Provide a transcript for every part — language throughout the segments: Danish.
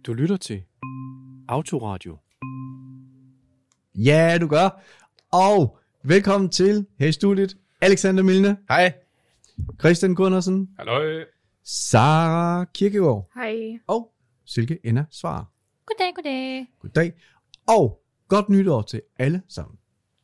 Du lytter til Autoradio. Ja, du gør. Og velkommen til her i studiet, Alexander Milne. Hej. Christian Gundersen. Hallo. Sara Kirkegaard. Hej. Og Silke Ender Svar. Goddag, goddag. Goddag. Og godt nytår til alle sammen.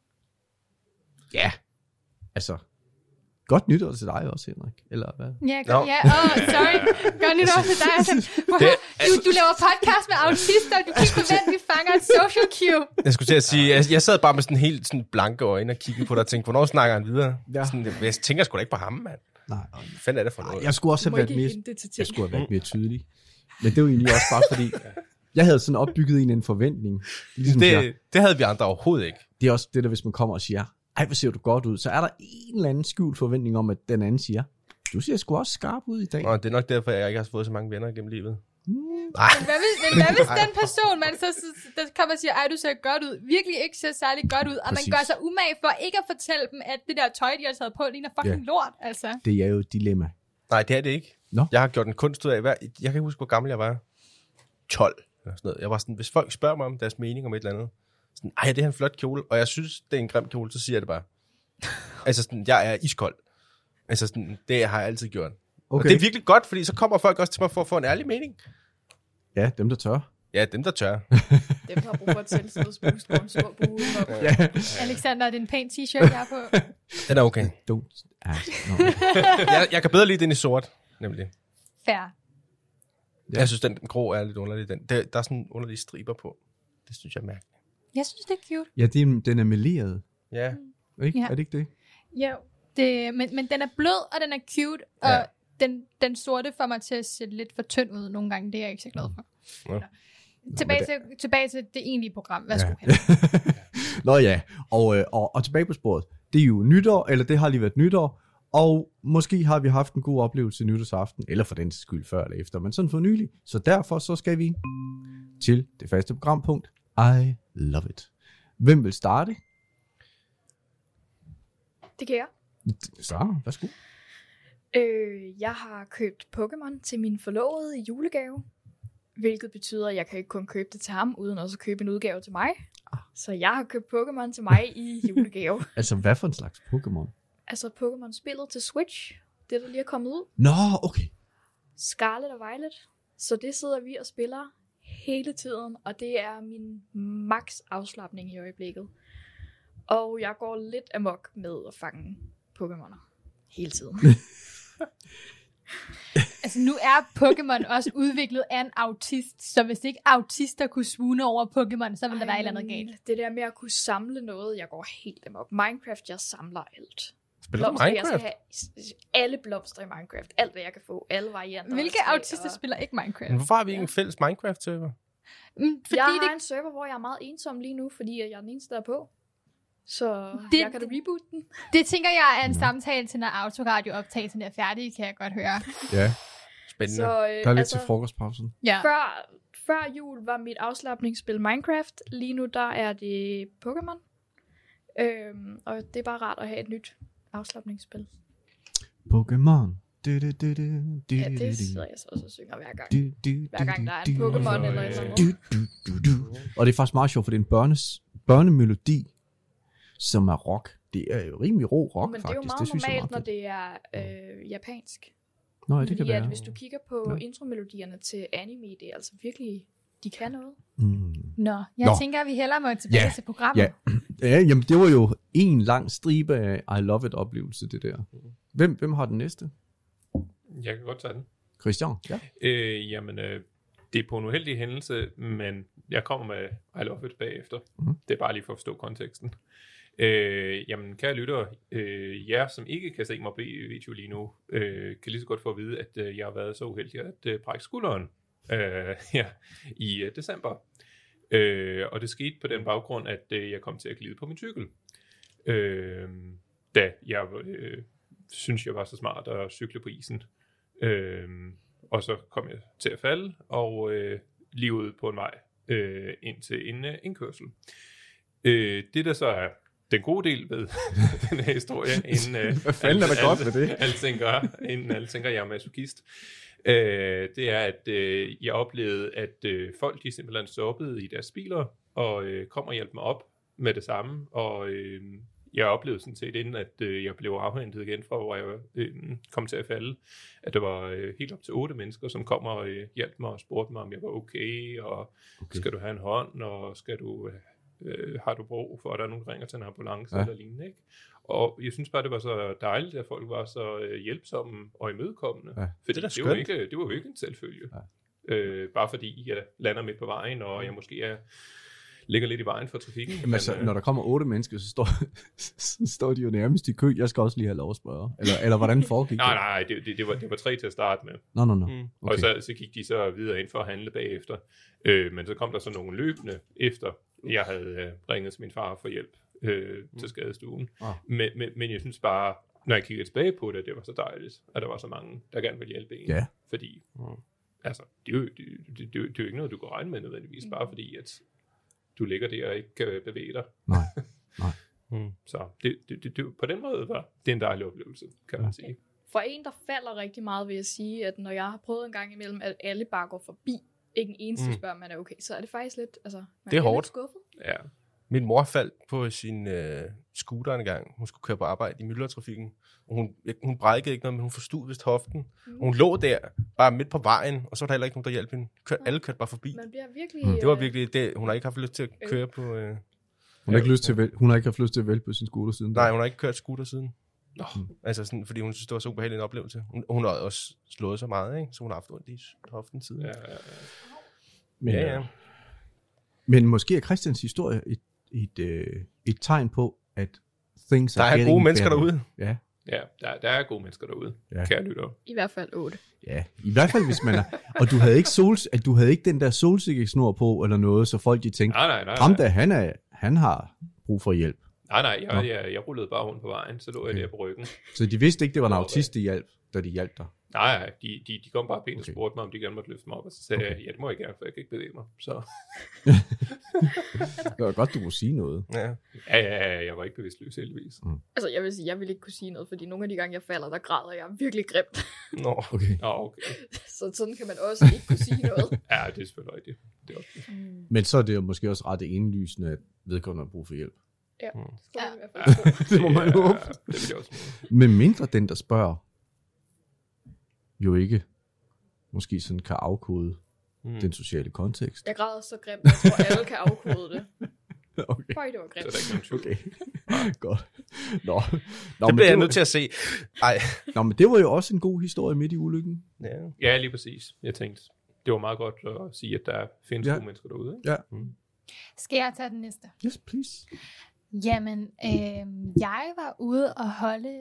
Ja, altså, godt nytår til dig også, Henrik. Eller hvad? Ja, sorry. Godt nytår til dig. Du laver podcast med autister, og du kan ikke forvente, at vi fanger et social cue. Jeg skulle til at sige, jeg sad bare med sådan helt sådan blanke øjne og kiggede på dig og tænkte, hvornår snakker han videre? Ja. Sådan, jeg tænker sgu da ikke på ham, mand. Nej. Hvad fanden er det for noget? Jeg skulle også have været mere tydelig. Men det var egentlig også bare fordi, jeg havde sådan opbygget en forventning. Ligesom det havde vi andre overhovedet ikke. Det er også det der, hvis man kommer og siger, ej, hvor ser du godt ud, så er der en eller anden skjult forventning om, at den anden siger, du ser sgu også skarp ud i dag. Nå, det er nok derfor, jeg ikke har fået så mange venner gennem livet. Men hvad hvis den person, man så der kommer og siger, ej, du ser godt ud, virkelig ikke ser særlig godt ud, og man gør sig umage for ikke at fortælle dem, at det der tøj, de har taget på, ligner fucking lort, altså. Det er jo et dilemma. Nej, det er det ikke. Nå? Jeg har gjort en kunst ud af, jeg kan ikke huske, hvor gammel jeg var. 12 eller sådan noget. Jeg var sådan, hvis folk spørger mig om deres mening om et eller andet, sådan, ej, det er en flot kjole, og jeg synes, det er en grim kjole, så siger jeg det bare. Altså sådan, jeg er iskold. Altså sådan, det har jeg altid gjort. Okay. Og det er virkelig godt, fordi så kommer folk også til mig for at få en ærlig mening. Ja, dem der tør. Ja, dem der tør. Dem der har brug for et selvsidsboost og en stor bue. Alexander, det er en pæn t-shirt, jeg har på. Den er okay. Don't ask. No. jeg kan bedre lide den i sort, nemlig. Fair. Ja. Jeg synes, den grå er lidt underlig. Der er sådan underlige striber på. Det synes jeg er mærkeligt. Jeg synes, det er cute. Ja, den er meleret. Ja. Ikke? Ja. Er det ikke det? Jo, men den er blød, og den er cute, og den sorte får mig til at se lidt for tynd ud nogle gange. Det er jeg ikke så glad for. Ja. Tilbage til det egentlige program. Værsgo. Nå ja, og tilbage på sporet. Det er jo nytår, eller det har lige været nytår, og måske har vi haft en god oplevelse nytårsaften, eller for den skyld før eller efter, men sådan for nylig. Så derfor så skal vi til det faste programpunkt. I love it. Hvem vil starte? Det kan jeg. Så, værsgo. Jeg har købt Pokémon til min forlovede i julegave, hvilket betyder, at jeg kan ikke kun købe det til ham, uden også at købe en udgave til mig. Så jeg har købt Pokémon til mig i julegave. Altså, hvad for en slags Pokémon? Altså Pokémon-spillet til Switch, det der lige er kommet ud. Nå, okay. Scarlet og Violet. Så det sidder vi og spiller hele tiden, og det er min max afslapning i øjeblikket. Og jeg går lidt amok med at fange Pokémoner hele tiden. Altså nu er Pokémon også udviklet af en autist, så hvis ikke autister kunne svune over Pokémon, så ville der være et eller andet galt. Det der med at kunne samle noget, jeg går helt amok. Minecraft, jeg samler alt. Spiller du Minecraft? Jeg skal have alle blomster i Minecraft, alt hvad jeg kan få, alle varianter. Hvilke autister spiller ikke Minecraft? Men hvorfor har vi ikke en fælles Minecraft-server? Jeg har en server, hvor jeg er meget ensom lige nu, fordi jeg er den eneste, der er på. Så jeg kan da reboot den. Det tænker jeg er en samtale til, når Autoradio-optagelsen er færdig, kan jeg godt høre. Ja. Spændende. Så, der er lidt til frokostpausen. Ja. Før jul var mit afslapningsspil Minecraft. Lige nu der er det Pokémon. Og det er bare rart at have et nyt afslapningsspil. Pokémon. Ja, det sidder jeg så også og synger hver gang. Hver gang der er en Pokémon eller et eller andet. Og det er faktisk meget sjovt, for det er en børnemelodi, som er rock. Det er jo rimelig ro rock, men faktisk. Men det er jo meget normalt, når det er japansk. Nå, det kan være. At hvis du kigger på intromelodierne til anime, det er altså virkelig, de kan noget. Nå, jeg tænker, at vi hellere må tilbage til programmet. Ja, jamen det var jo en lang stribe af I Love It-oplevelse, det der. Hvem har den næste? Jeg kan godt tage den. Christian, ja. Det er på en uheldig hændelse, men jeg kommer med I Love It bagefter. Det er bare lige for at forstå konteksten. Kære lyttere, jer som ikke kan se mig på video lige nu, kan lige så godt få at vide, at jeg har været så uheldig at brække skulderen i december. Og det skete på den baggrund, at jeg kom til at glide på min cykel. Da jeg synes, jeg var så smart at cykle på isen. Og så kom jeg til at falde, og lige ud på en vej ind til en indkørsel. Det der så er den gode del ved den her historie, inden hvad fanden er der godt ved det? Inden alle tænker, jeg er masochist, Det er, at jeg oplevede, at folk de simpelthen stoppede i deres biler og kom og hjalp mig op med det samme. Og jeg oplevede sådan set, inden at jeg blev afhentet igen fra, hvor jeg kom til at falde, at der var helt op til 8 mennesker, som kom og hjalp mig og spurgte mig, om jeg var okay, og skal du have en hånd, og skal du... har du brug for, at der er nogen, der ringer til en ambulance eller lignende, ikke? Og jeg synes bare, det var så dejligt, at folk var så hjælpsomme og imødekommende. Ja. For det var jo ikke en selvfølge. Ja. Bare fordi jeg lander midt på vejen, og jeg måske ligger lidt i vejen for trafikken. Jamen, altså, når der kommer 8 mennesker, så står de jo nærmest i kø. Jeg skal også lige have lov at spørge. Eller hvordan foregik det? Nej, det var 3 til at starte med. Nå. Okay. Og så gik de så videre ind for at handle bagefter. Men så kom der så nogle løbende efter, jeg havde ringet til min far for hjælp til skadestuen. Men jeg synes bare, når jeg kigger tilbage på det, det var så dejligt, at der var så mange, der gerne ville hjælpe en. Ja. Fordi, altså, det er jo ikke noget, du kan regne med nødvendigvis, bare fordi, at du ligger der og ikke kan bevæge dig. Nej. Så det, på den måde var det en dejlig oplevelse, kan man sige. For en, der falder rigtig meget, vil jeg sige, at når jeg har prøvet en gang imellem, at alle bare går forbi, ikke en eneste spørger, om man er okay, så er det faktisk lidt, altså, man det er hårdt. Lidt skuffet. Ja. Min mor faldt på sin scooter en gang. Hun skulle køre på arbejde i myldretrafikken. Hun brækkede ikke noget, men hun forstod vist hoften. Og hun lå der, bare midt på vejen, og så var der heller ikke nogen, der hjalp hende. Alle kørte bare forbi. Man bliver virkelig... Det var virkelig det. Hun har ikke haft lyst til at køre på... Hun har ikke haft lyst til at vælge på sin scooter siden. Nej, hun har ikke kørt scooter siden. Altså sådan, fordi hun synes, det var så ubehagelig en oplevelse. Hun har også slået så meget, ikke? Så hun har haft ondt i hoften siden. Ja. Men måske er Christians historie et tegn på, at things are getting better. Der er gode mennesker derude. Ja, der er gode mennesker derude, kære lyttere. I hvert fald 8. Ja, i hvert fald hvis man er... Og du havde ikke den der solsikkesnor på, eller noget, så folk de tænkte, nej. ham der, han har brug for hjælp. Nej, jeg rullede bare rundt på vejen, så lå jeg der på ryggen. Så de vidste ikke, det var en autist, de hjalp, da de hjalp dig? Nej, de kom bare pænt og spurgte mig, om de gerne måtte løfte mig op, og så sagde jeg, ja, det må jeg gerne, for jeg kan ikke bevæge mig. Så. Det var godt, du kunne sige noget. Ja, jeg var ikke bevidstløs heldigvis. Altså, jeg vil sige, jeg vil ikke kunne sige noget, fordi nogle af de gange, jeg falder, der græder jeg virkelig grimt. Okay. Så sådan kan man også ikke kunne sige noget. Ja, det er selvfølgelig rigtigt. Det er også Men så er det jo måske også ret indlysende, at vedkommende har brug for hjælp. Ja, det skal i hvert fald. Det må man håbe. Det vil jeg også håbe. Men mindre den, der spørger, jo ikke måske sådan kan afkode den sociale kontekst. Jeg græder så grimt, jeg tror alle kan afkode det. Okay. Føj, det var grimt. Så der ikke Okay, godt. Nå, det bliver jeg nødt til at se. Ej. Nå, men det var jo også en god historie midt i ulykken. Ja, lige præcis. Jeg tænkte, det var meget godt at sige, at der findes gode mennesker derude. Ikke? Ja. Skal jeg tage den næste? Yes, please. Jamen, jeg var ude og holde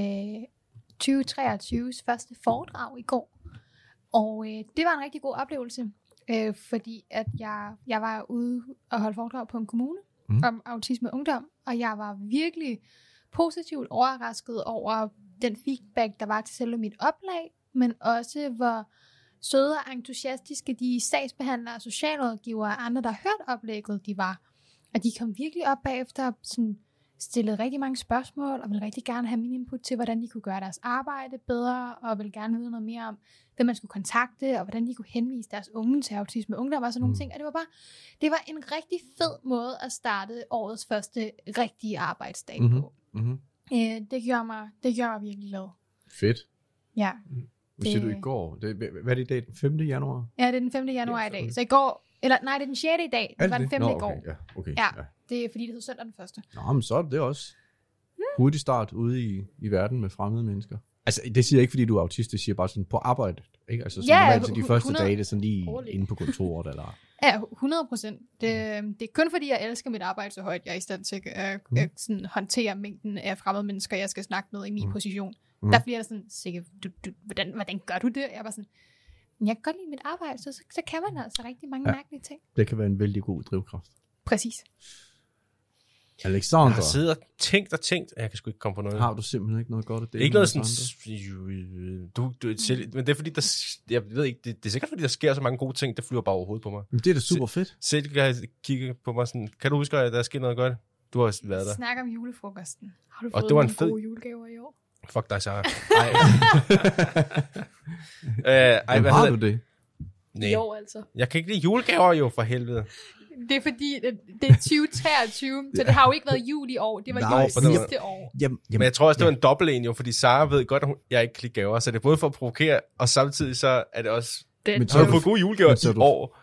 2023's første foredrag i går. Og det var en rigtig god oplevelse, fordi at jeg var ude og holde foredrag på en kommune om autisme ungdom, og jeg var virkelig positivt overrasket over den feedback, der var til selve mit oplag, men også hvor søde og entusiastiske de sagsbehandlere, socialrådgivere og andre, der hørte oplægget, de var. Og de kom virkelig op bagefter, sådan stillede rigtig mange spørgsmål, og ville rigtig gerne have min input til, hvordan de kunne gøre deres arbejde bedre, og ville gerne vide noget mere om, hvem man skulle kontakte, og hvordan de kunne henvise deres unge til autisme ungdom, og sådan nogle ting. Og det var en rigtig fed måde at starte årets første rigtige arbejdsdag på. Det gjorde mig virkelig glad. Fedt. Ja. Hvad siger du i går? Hvad er det i dag? Den 5. januar? Ja, det er den 5. januar i dag. Så i går, eller nej, det er den 6. i dag. Det var den 5. i går. Okay. Ja, det er fordi, det hed søndag den 1. Nå, men så er det også hurtig start ude i verden med fremmede mennesker. Altså, det siger jeg ikke, fordi du er autist, det siger bare sådan på arbejde. Ikke? Altså, sådan normalt de første dage, det er sådan lige inde på kontoret, eller... Ja, 100%. Det er kun fordi, jeg elsker mit arbejde så højt, jeg er i stand til at sådan, håndtere mængden af fremmede mennesker, jeg skal snakke med i min position. Der bliver der sådan, sikkert, hvordan gør du det? Jeg var sådan, jeg kan godt lide mit arbejde, så kan man altså rigtig mange mærkelige ting. Det kan være en vældig god drivkraft. Præcis. Alexander. Jeg har siddet og tænkt, jeg kan sgu ikke komme på noget. Har du simpelthen ikke noget godt at dele? Ikke noget sådan, men det er fordi, jeg ved ikke, det er sikkert fordi, der sker så mange gode ting, der flyver bare overhovedet på mig. Men det er da super fedt. Selv kan jeg kigge på mig sådan, kan du huske, at der er sket noget godt? Du har været der. Snak om julefrokosten. Har du fået nogle gode julegaver i år? Fuck dig, Sarah. Jamen, hvad har hedder du det? Nej. Jo, altså. Jeg kan ikke lide julegaver jo, for helvede. Det er fordi, det er 2023, så det har jo ikke været jul i år. Det var Nej, jul for det var- sidste år. Jamen, Men jeg tror også, det var en dobbelt en jo, fordi Sarah ved godt, at jeg ikke kan lide gaver, så det er både for at provokere, og samtidig så er det også... Den Så har du fået gode julegaver Men så er i du- år.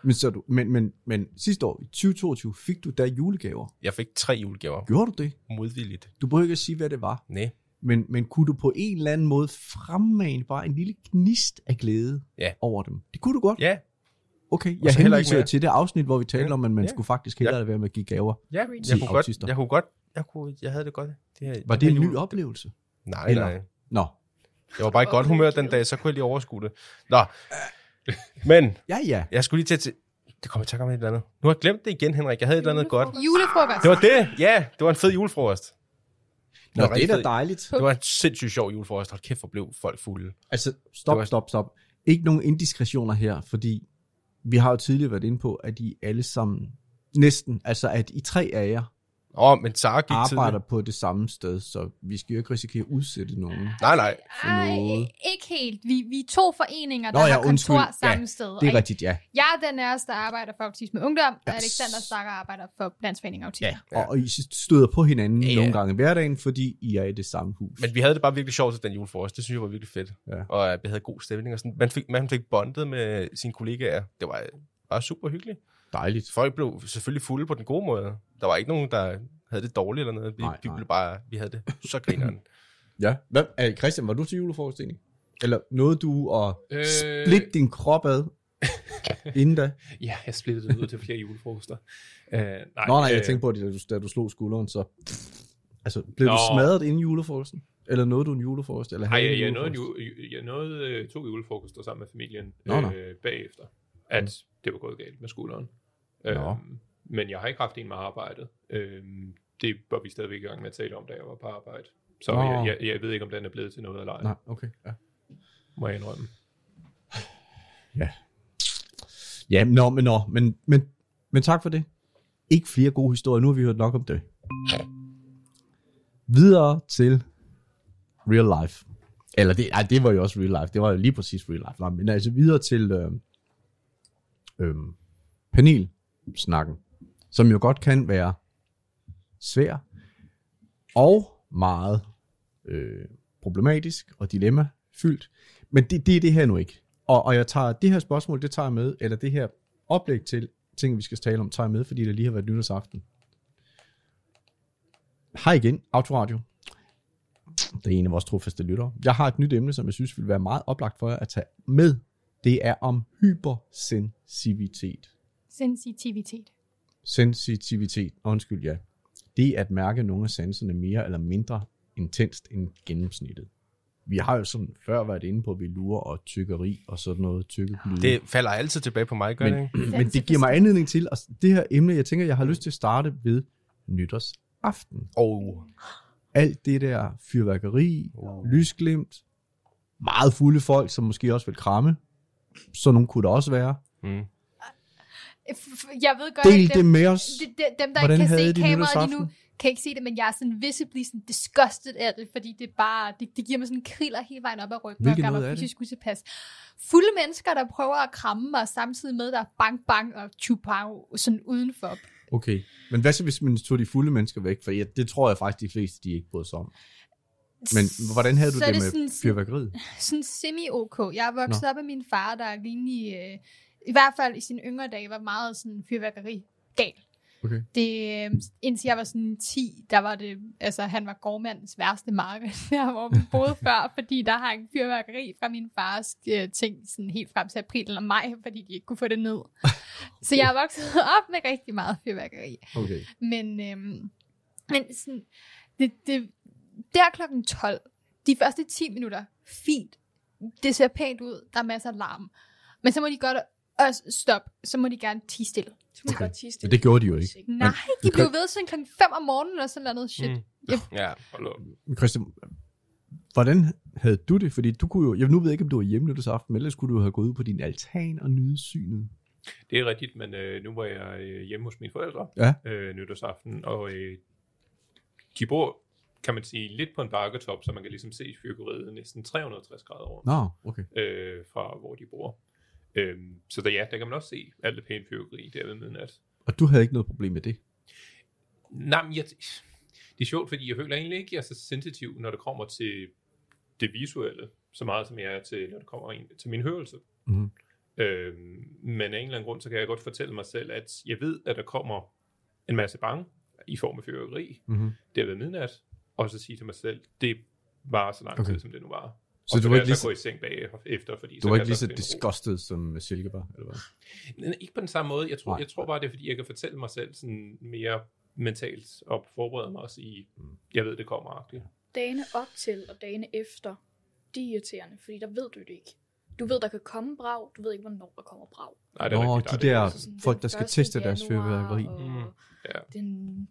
Men sidste år, i 2022, fik du da julegaver. Jeg fik 3 julegaver. Gjorde du det? Modvilligt. Du behøver ikke at sige, hvad det var. Nej. Men kunne du på en eller anden måde fremmane bare en lille gnist af glæde over dem? Det kunne du godt. Ja. Okay, Og jeg så heller ikke henviser mere. til det afsnit, hvor vi talte om, at man Ja. skulle faktisk hellere lade være med at give gaver. Ja, Til jeg autister. havde det godt. Var det en ny oplevelse? Nej, Eller- nej. Nå. Jeg var bare i godt humør den dag, så kunne jeg lige overskue det. Nå. Men, Ja. jeg skulle lige til... Det kommer til at komme et eller andet. Nu har jeg glemt det igen, Henrik. Jeg havde et eller andet godt. Julefrokost. Det var det! Ja, det var en fed julefrokost. Nå, var det er rigtig da fed. dejligt. Det var en sindssygt sjov julefrokost. Hold kæft, hvor blev folk fulde. Altså, Det var- stop. Ikke nogen indiskretioner her, fordi vi har jo tidligere været inde på, at I alle sammen, næsten, altså at I 3 af jer, Men Sarah gik arbejder tidligt. på det samme sted, så vi skal jo ikke risikere at udsætte nogen. Nej. for noget. Ikke helt. Vi er 2 foreninger, der Nå, ja, har kontor undskyld. samme Ja, sted. Det er rigtigt, ja. Jeg er den af os, der arbejder for Autisme Ungdom, og Ja. Alexander Stakker arbejder for Landsforeningen Autisme. Ja. Og I støder på hinanden Ja. nogle gange i hverdagen, fordi I er i det samme hus. Men vi havde det bare virkelig sjovt til den julefrokost. Det synes jeg var virkelig fedt. Ja. Og vi havde god stemning. Og sådan. Man fik bondet med sine kollegaer. Det var bare super hyggeligt. Dejligt. Folk blev selvfølgelig fulde på den gode måde. Der var ikke nogen, der havde det dårligt eller noget. Nej. Vi havde det så grineren. Ja. Christian, var du til julefrokost egentlig? Eller nåede du at splitte din krop ad inden da? Ja, jeg splittede det ud til flere julefrokoster. Nej, jeg tænkte på det, da du slog skulderen, så... Altså, blev du Nå. smadret inden julefrokosten? Eller nåede du en julefrokost? Eller Nej, havde du en jeg nåede 2 julefrokoster sammen med familien Nå. bagefter, at det var gået galt med skulderen. Nå. Men jeg har ikke haft en med arbejdet. Det var vi stadigvæk i gang med at tale om, da jeg var på arbejde. Så Nå. jeg ved ikke, om den er blevet til noget eller ej. Nej, okay. Ja. Må jeg indrømme. Ja, men tak for det. Ikke flere gode historier. Nu har vi hørt nok om det. Videre til real life. Eller det var jo også real life. Det var jo lige præcis real life. Nej, men altså videre til panelsnakken, som jo godt kan være svær og meget problematisk og dilemmafyldt. Men det er det her nu ikke. Og jeg tager det her spørgsmål, det tager jeg med, eller det her oplæg til ting, vi skal tale om, tager jeg med, fordi det lige har været nytårsaften. Hej igen, Autoradio. Det er en af vores trofaste lyttere. Jeg har et nyt emne, som jeg synes vil være meget oplagt for jer at tage med. Det er om hypersensitivitet. Sensitivitet, undskyld, ja. Det er at mærke nogle af sanserne mere eller mindre intenst end gennemsnittet. Vi har jo sådan før været inde på velure og tykkeri og sådan noget tykkelyde. Det falder altid tilbage på mig, gør det ikke? Men det giver mig anledning til, at det her emne, jeg tænker, jeg har lyst til at starte ved nytårsaften. Alt det der fyrværkeri, lysglimt, meget fulde folk, som måske også vil kramme. Så nogen kunne der også være. Jeg ved godt, Del at det med os. dem der Hvordan ikke kan havde se de kameraet lige nu, nytårsaften? kan ikke se det, men jeg er sådan visibly sådan disgusted af det, fordi det bare, det giver mig sådan en kriller hele vejen op ad ryggen, Hvilket og gør noget mig er det? fysisk utilpas. Fulde mennesker, der prøver at kramme mig, samtidig med, der er bang bang og chupau sådan udenfor. Okay, men hvad så hvis man tog de fulde mennesker væk? For det tror jeg faktisk, de fleste de ikke bryder sig om. Men hvordan havde du Så er det med sådan- fyrværkeriet? Sådan semi-ok. Jeg er vokset op af min far, der er rimelig, i hvert fald i sine yngre dage, var meget sådan fyrværkeri gal. Okay. Det, indtil jeg var sådan 10, der var det, altså han var gårdmandens værste marked, der hvor vi boede før, fordi der hang fyrværkeri fra min fars ting sådan helt frem til april eller maj, fordi de ikke kunne få det ned. Så jeg er vokset op med rigtig meget fyrværkeri. Okay. Men sådan, det der klokken 12, de første 10 minutter, fint. Det ser pænt ud, der er masser af larm. Men så må de godt stoppe, så må de gerne tie stille. Så må okay. Godt tisse Men det gjorde de jo ikke. Nej, de blev ved sådan klokken 5 om morgenen eller sådan noget shit. Ja. Men Christian, hvordan havde du det? Fordi du kunne jo, nu ved jeg ikke, om du var hjemme nytårsaften, men ellers skulle du have gået ud på din altan og nyde synet. Det er rigtigt, men nu var jeg hjemme hos mine forældre Ja. nytårsaften, og de bor kan man sige, lidt på en bakketop, så man kan ligesom se fyrkeriet næsten 360 grader rundt Nå, okay. fra hvor de bor. Så der kan man også se alt det pæne fyrkeri der ved midnat. Og du havde ikke noget problem med det? Nej, men det er sjovt, fordi jeg føler egentlig ikke, at jeg er så sensitiv, når det kommer til det visuelle, så meget som jeg er til, når det kommer til min hørelse. Mm-hmm. Men af en eller anden grund, så kan jeg godt fortælle mig selv, at jeg ved, at der kommer en masse bange i form af fyrværkeri, der ved midnat, og så sige til mig selv, det var så lang tid, som det nu var. Så du var ikke lige så gå i seng bagefter, fordi du var ikke lige så disgusted som Silkeborg, eller hvad? Ikke på den samme måde. Jeg tror bare, det er, fordi jeg kan fortælle mig selv sådan mere mentalt og forberede mig også i, jeg ved, det kommer-agtigt. Dagene op til og dagene efter, de er irriterende, fordi der ved du det ikke. Du ved, der kan komme brag, du ved ikke, hvornår der kommer brag. Nej, det er rigtigt, de der folk, der skal teste deres fyrværkeri. Den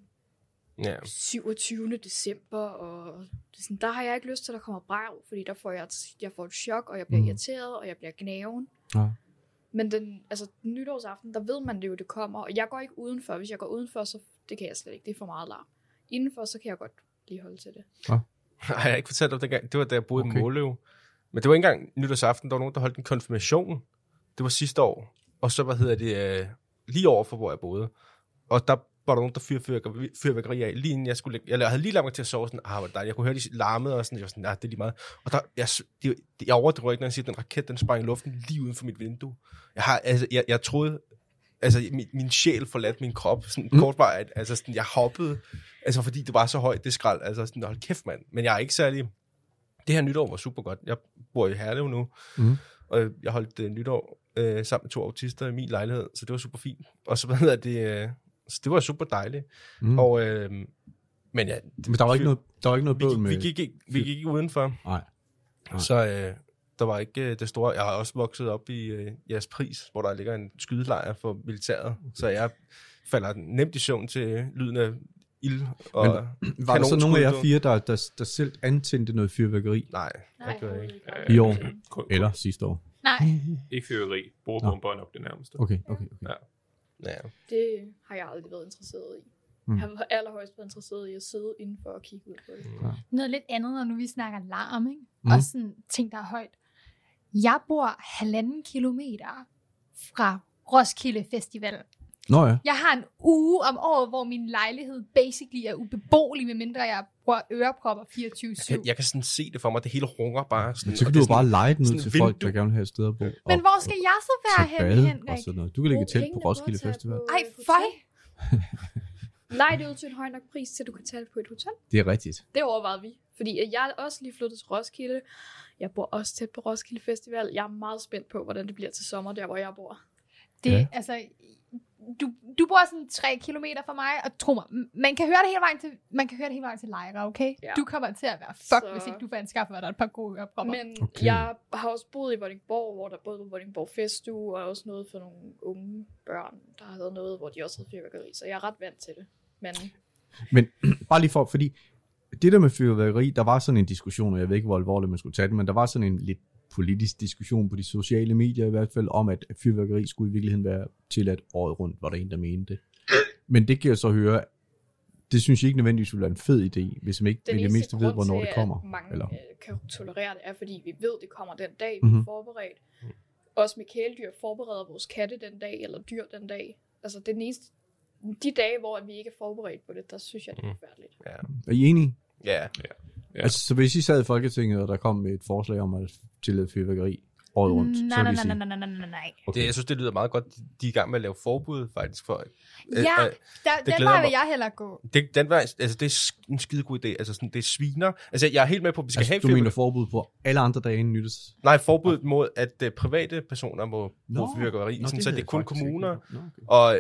27. december, og det er sådan, der har jeg ikke lyst til, at der kommer brag, fordi der får jeg får et chok, og jeg bliver irriteret, og jeg bliver gnaven. Ja. Men nytårsaften, der ved man det jo, det kommer, og jeg går ikke udenfor. Hvis jeg går udenfor, så det kan jeg slet ikke, det er for meget larm. Indenfor, så kan jeg godt lige holde til det. Ja. Nej, jeg har ikke fortalt om det gang. Det var da jeg boede i Måløv. Men det var ikke engang nytårsaften, der var nogen, der holdt en konfirmation. Det var sidste år. Og så, lige over for, hvor jeg boede. Og der var der nogen, der fyrværkeri af, lige inden jeg havde lige lagt mig til at sove, sådan, hvor dejligt. Jeg kunne høre, de larmede, og sådan, jeg var sådan, det er lige meget. Og der, jeg overdriver ikke, når jeg siger, den raket, den sprang i luften lige uden for mit vindue. Jeg troede, min sjæl forladt min krop, sådan kortvarigt, sådan, jeg hoppede, fordi det var så højt, det skrald, sådan, hold kæft, mand. Men jeg er ikke særlig, det her nytår var super godt. Jeg bor i Herlev nu, og jeg holdt nytår sammen med 2 autister i min lejlighed, så det var super fint. Og så så det var super dejligt. Og, men ja, men der var ikke noget bøvl med... Vi gik ikke udenfor. Nej. Så der var ikke det store... Jeg har også vokset op i jeres pris, hvor der ligger en skydelejr for militæret. Så jeg falder nemt i søvn til lyden af ild og var der så nogle af jer 4, der selv antændte noget fyrværkeri? Nej, det gør jeg ikke. I år? Eller sidste år? Nej. Ikke fyrværkeri. Bordbomber er nok det nærmeste. Okay. Ja. Det har jeg aldrig været interesseret i. Jeg har allerhøjst været interesseret i at sidde indenfor og kigge ud på det. Ja. Noget lidt andet, når nu vi snakker larm, ikke? Også sådan ting, der er højt. Jeg bor 1,5 kilometer fra Roskilde Festival. Nå ja. Jeg har en uge om året, hvor min lejlighed basically er ubeboelig, medmindre jeg bruger ørepropper 24/7. Jeg kan sådan se det for mig, det hele runger bare. Sådan, så kan du jo bare lege den ud til folk, der gerne vil have et sted at bo. Men hvor skal jeg så være hen, Henrik? Du kan lægge telt på Roskilde Festival. Ej, føj! Lej det ud til en høj nok pris, til du kan tage det på et hotel. Det er rigtigt. Det overvejede vi. Fordi jeg er også lige flyttet til Roskilde. Jeg bor også tæt på Roskilde Festival. Jeg er meget spændt på, hvordan det bliver til sommer, der hvor jeg bor. Det, du bor sådan 3 kilometer fra mig, og tro mig, man kan høre det hele vejen til Lejre, okay? Ja. Du kommer til at være hvis ikke du får anskaffet, der er et par gode ørepropper. Men jeg har også boet i Vordingborg, hvor der både var Vordingborg Festuge, og også noget for nogle unge børn, der har været noget, hvor de også havde fyrværkeri, så jeg er ret vant til det. Men bare lige fordi det der med fyrværkeri, der var sådan en diskussion, og jeg ved ikke, hvor alvorligt man skulle tage det, men der var sådan en lidt politisk diskussion på de sociale medier i hvert fald, om at fyrværkeri skulle i virkeligheden være tilladt året rundt, var der en, der mente det. Men det kan jeg så høre, det synes jeg ikke nødvendigvis ville være en fed idé, hvis man ikke det mindste ved, hvornår det kommer. Mange kan tolerere det, er fordi vi ved, det kommer den dag, vi er forberedt. Også med kæledyr forbereder vores katte den dag, eller dyr den dag. Altså det eneste, de dage, hvor vi ikke er forberedt på det, der synes jeg, det er forfærdeligt. Ja. Er I enige? Ja. Altså, så hvis I sad i Folketinget, og der kom med et forslag om at tillade fyrværkeri året rundt, så vil I sige... Nej. Okay. Jeg synes, det lyder meget godt. De er i gang med at lave forbud, faktisk, for... Ja, den vej vil jeg hellere gå. Det er en skide god idé. Altså, sådan, det sviner. Altså, jeg er helt med på, at vi skal have fyrværkeri. Du mener forbud på alle andre dage end nytårs? Nej, forbud mod, at private personer må bruge fyrværkeri. Så det er kun kommuner og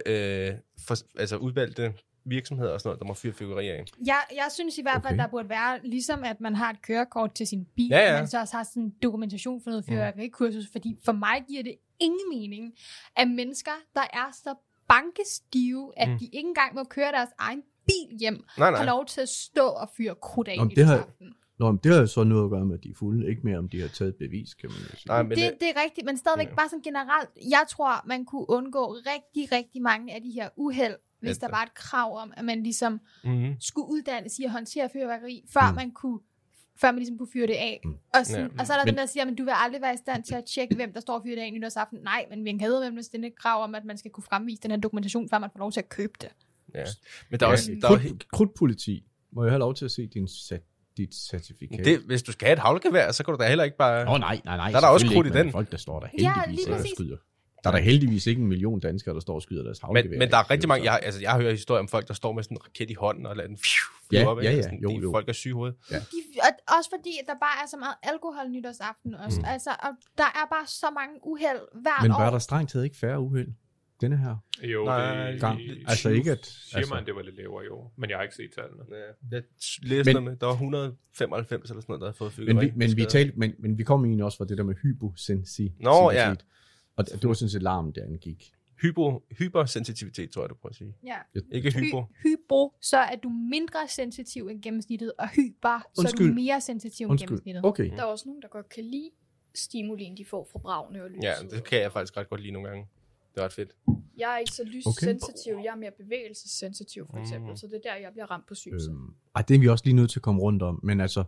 udvalgte virksomheder og sådan noget, der må fyre fyrværkeri af. Jeg synes i hvert fald, der burde være, ligesom at man har et kørekort til sin bil, men så også har sådan en dokumentation for noget fyrværkerikursus, fordi for mig giver det ingen mening, at mennesker, der er så bankestive, at de ikke engang må køre deres egen bil hjem, har lov til at stå og fyre krudt af i aften. Det har jo så noget at gøre med, at de er fulde, ikke mere om de har taget et bevis, kan man jo sige. Nej, men det er rigtigt, men stadigvæk bare sådan generelt, jeg tror, man kunne undgå rigtig, rigtig mange af de her uheld, hvis der var et krav om, at man ligesom Mm-hmm. skulle uddannes i at håndtere fyrværkeri, før man ligesom kunne fyre det af. Og, sådan, og så er der dem, der siger, at du vil aldrig være i stand til at tjekke, hvem der står og fyrer det af nytårsaften. Nej, men vi kan have med sådan et krav om, at man skal kunne fremvise den her dokumentation, før man får lov til at købe det. Ja. Men der er også... Krudtpoliti. Må jeg have lov til at se dit certifikat? Det, hvis du skal have et havlgevær, så kan du da heller ikke bare... Nej. Der er der også krudt i den. Folk, der står der Ja, heldigvis lige ikke og præcis. skyder. Der er der heldigvis ikke 1 million danskere, der står og skyder deres havlgevær. Men der er rigtig mange... Jeg hører historier om folk, der står med sådan en raket i hånden og lader den flyve op. Jo. Folk er syge i hovedet. Ja. Og også fordi, at der bare er så meget alkohol nytårsaften også. Altså, og der er bare så mange uheld hvert Men år. var der strengt taget ikke færre uheld? Denne her Jo, Nej, det gang. Altså ikke at... siger man, det var lidt lavere i år, men jeg har ikke set tallene. Ja, jeg læste noget med, der var 195 eller sådan noget, der havde fået fyrværkeri. Men vi kom egentlig også fra det der med hyposensitivitet. Nå, ja. Og det var sådan set larmen, der angik. Hypersensitivitet, tror jeg, du prøver at sige. Ja. Ikke hypo. Hypo, så er du mindre sensitiv end gennemsnittet, og hyper, så er du mere sensitiv end gennemsnittet. Okay. Der er også nogen, der godt kan lide stimulien, de får fra bragene og lyset. Ja, det kan jeg faktisk ret godt lide nogle gange. Det er ret fedt. Jeg er ikke så lyssensitiv, jeg er mere bevægelsessensitiv for eksempel, så det er der, jeg bliver ramt på sygehuset. Det er vi også lige nødt til at komme rundt om, men altså,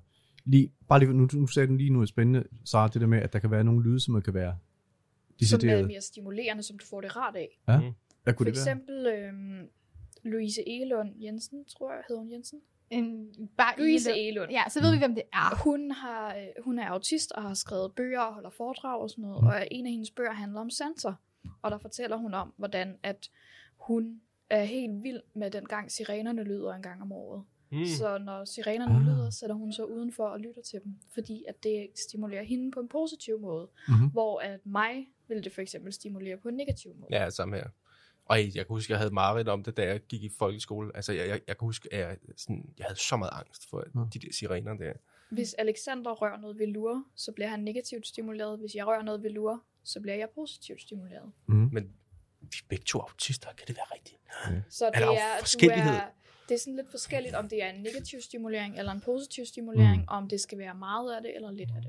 nu sagde den lige nu er spændende, Sara, det der med, at der kan være nogle lyde, som kan være Som decideret. er mere stimulerende, som du får det rart af. Ja, hvad For kunne det være? eksempel Louise Egelund Jensen, tror jeg, hedder hun Jensen? Bare Louise Egelund. Ja, så ved vi, hvem det er. Hun er autist og har skrevet bøger og holder foredrag og sådan noget, og en af hendes bøger handler om sanser. Og der fortæller hun om, hvordan at hun er helt vild med den gang sirenerne lyder en gang om året. Så når sirenerne lyder, sætter hun så udenfor og lytter til dem, fordi at det stimulerer hende på en positiv måde, hvor at mig vil det for eksempel stimulere på en negativ måde. Ja, samme her. Og jeg kan huske, jeg havde mareridt om det, da jeg gik i folkeskole. Altså, jeg kan huske, at jeg havde så meget angst for de der sirener der. Hvis Alexander rører noget velure, så bliver han negativt stimuleret. Hvis jeg rører noget velure, så bliver jeg positivt stimuleret. Men vi er begge to autister, kan det være rigtigt? Så det der jo forskellighed? det er sådan lidt forskelligt, om det er en negativ stimulering eller en positiv stimulering, om det skal være meget af det eller lidt af det.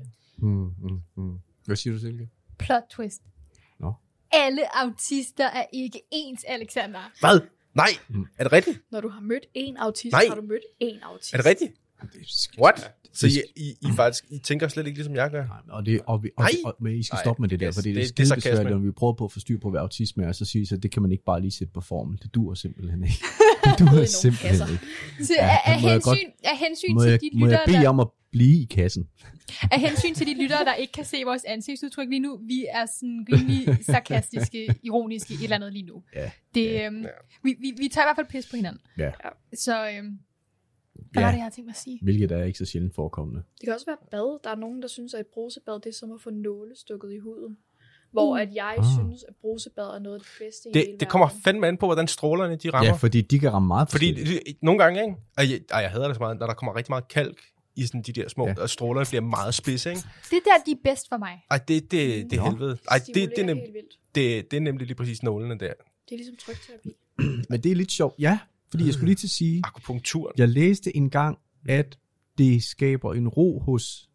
Hvad siger du, Silke? Plot twist. Nå. Alle autister er ikke ens, Alexander. Hvad? Nej, er det rigtigt? Når du har mødt en autist, Nej. har du mødt en autist. Er det rigtigt? What? Så I tænker slet ikke ligesom jeg gør? Men I skal stoppe med det der, for det er det er skide sarkasme. besværligt, når vi prøver på at få styr på, hvad autisme er, så siger så det kan man ikke bare lige sætte på formel. Det duer simpelthen ikke. Det duer simpelthen ikke. Så af hensyn til de Må jeg lyttere, bede om at blive i kassen? af hensyn til de lyttere, der ikke kan se vores ansigtsudtryk lige nu, vi er sådan rimelig sarkastiske, ironiske et eller andet lige nu. Ja. Vi tager i hvert fald pis på hinanden. Ja. Så hvad var det, jeg havde tænkt mig at sige? Hvilket er ikke så sjældent forekommende. Det kan også være bad. Der er nogen, der synes, at et brusebad, det er som at få nåle stukket i huden. Hvor at jeg synes, at brusebad er noget af det bedste i hele Det kommer verden. fandme an på, hvordan strålerne de rammer. Ja, fordi de kan ramme meget Fordi forskelligt. nogle gange, ikke? Jeg hader det så meget, når der kommer rigtig meget kalk i sådan de der små, og strålerne bliver meget spidse, ikke? Det der, de er bedst for mig. Ej, det er helvede. Ej, det Stimulerer helt vildt. er nemlig lige præcis nålene der. Det er ligesom trykterapi. Men det er lidt sjovt. Ja, fordi jeg skulle lige til at sige, Akupunkturen. jeg læste engang, at det skaber en ro hos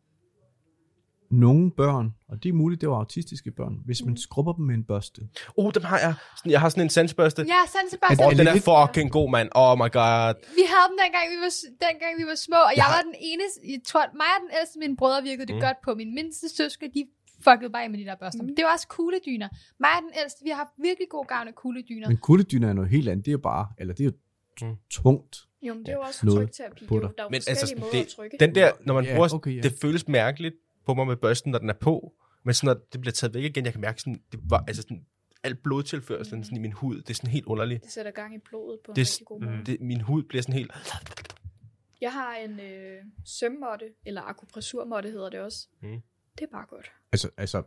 nogle børn, og det er muligt, det var autistiske børn, hvis man skrubber dem med en børste. Dem har jeg. Jeg har sådan en sansebørste. Ja, San Sebastian. Den er fucking god, mand. Oh my god. Vi havde dem dengang vi var små, og jeg var den eneste, jeg tror, mig og den ældste, mine brødre virkede det godt på. Min mindste søskende, de fuckede bare med de der børster. Det var også kugledyner. Mig og den ældste, vi har haft virkelig god gavn af kugledyner. Men kugledyner er noget helt andet. Det er bare, eller det er jo tungt. Jo, men det er jo også Noget trykterapi. på Der dig. er jo Men forskellige altså, måder at trykke. den der, når man bruger, okay, ja. det føles mærkeligt på mig med børsten, når den er på, men sådan, når det bliver taget væk igen, jeg kan mærke sådan, det var, altså sådan, alt blodtilførselen sådan i min hud, det er sådan helt underligt. Det sætter gang i blodet på en Det, rigtig god måde. min hud bliver sådan helt... Jeg har en sømmåtte, eller akupressurmåtte hedder det også. Det er bare godt. Altså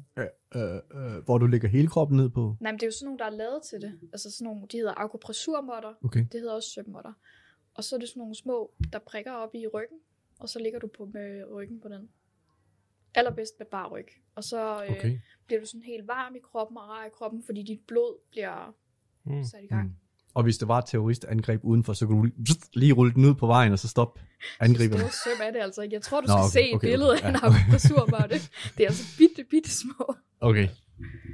hvor du lægger hele kroppen ned på. Nej, men det er jo sådan nogle, der er lavet til det. Altså sådan nogle, de hedder akupressurmåtter. Okay. Det hedder også sømmåtter. Og så er det sådan nogle små, der prikker op i ryggen. Og så ligger du på med ryggen på den. Allerbedst med bare ryg. Og så bliver du sådan helt varm i kroppen og rar i kroppen, fordi dit blod bliver sat i gang. Og hvis det var et terroristangreb udenfor, så kunne du lige rulle den ud på vejen, og så stoppe angriberne. Så søm er det altså ikke. Jeg tror, du Nå, skal okay, se et billede af en akupressurmåtte. Det er altså bitte små. Okay.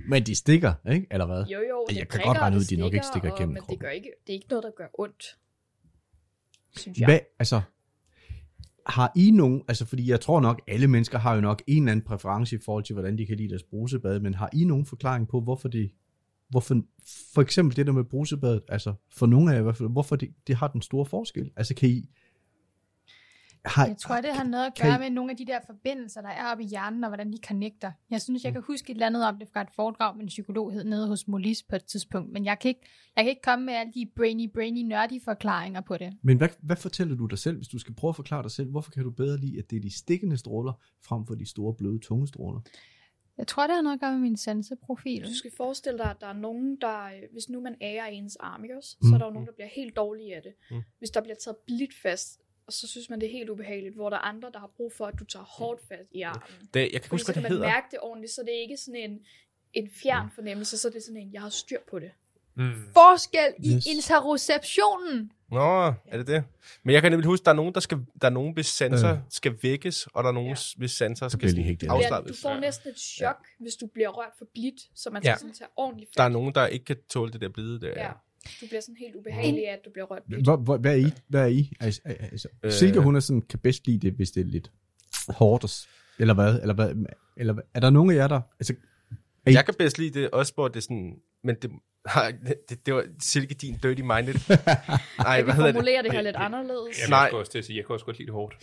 Men de stikker, ikke? Eller hvad? Jo, det Jeg kan prikker, godt regne og ud, det de nok ikke stikker og- igennem Men kroppen. det er ikke noget, der gør ondt, synes jeg. Hvad, altså, har I nogen, altså fordi jeg tror nok, alle mennesker har jo nok en eller anden præference i forhold til, hvordan de kan lide deres brusebad, men har I nogen forklaring på, hvorfor for eksempel det der med brusebadet, altså for nogle af jer i hvert fald, hvorfor det har den store forskel? Altså kan I... Jeg tror, det har noget at kan gøre I- med nogle af de der forbindelser, der er oppe i hjernen, og hvordan de connecter. Jeg synes, jeg kan huske et eller andet om det fra et foredrag med en psykolog hed nede hos Molis på et tidspunkt, men jeg kan ikke komme med alle de brainy, nerdy forklaringer på det. Men hvad fortæller du dig selv, hvis du skal prøve at forklare dig selv? Hvorfor kan du bedre lide, at det er de stikkende stråler, frem for de store, bløde, tunge stråler? Jeg tror, det har noget at gøre med min sanseprofil. Du skal forestille dig, at der er nogen, der, hvis nu man ærer ens arm, ikke også? Så er der jo nogen, der bliver helt dårlige af det. Hvis der bliver taget blidt fast, og så synes man, det er helt ubehageligt, hvor der er andre, der har brug for, at du tager hårdt fat i armen. Jeg kan Fordi huske, så hvad kan det man hedder. mærke det ordentligt, så det er ikke sådan en fjern fornemmelse, så det er sådan en, jeg har styr på det. Forskel i Yes. interoceptionen. Nå, er det det? Men jeg kan nemlig huske, der er nogen hvis sanser skal vækkes, og der er nogen, hvis sanser skal bliver lige hægtet. Du afslappes. får næsten et chok, hvis du bliver rørt for blidt, så man Ja. skal sådan tage ordentligt fat. Der er nogen, der ikke kan tåle det der blide der. Ja. Du bliver sådan helt ubehagelig af, at du bliver rørt blidt. Hvad er I? Altså, Silke, hun er sådan, kan bedst lide det, hvis det er lidt hårdt. Eller hvad? Eller hvad? Er der nogen af jer, der... Altså, Jeg kan bedst lide det, også hvor det er sådan... Men det var Silke, din dirty minded. Nej, Jeg hvad kan hedder det? formulere det her lidt anderledes. Jamen, Nej. jeg skulle også til at sige, jeg kan også godt lide det hårdt.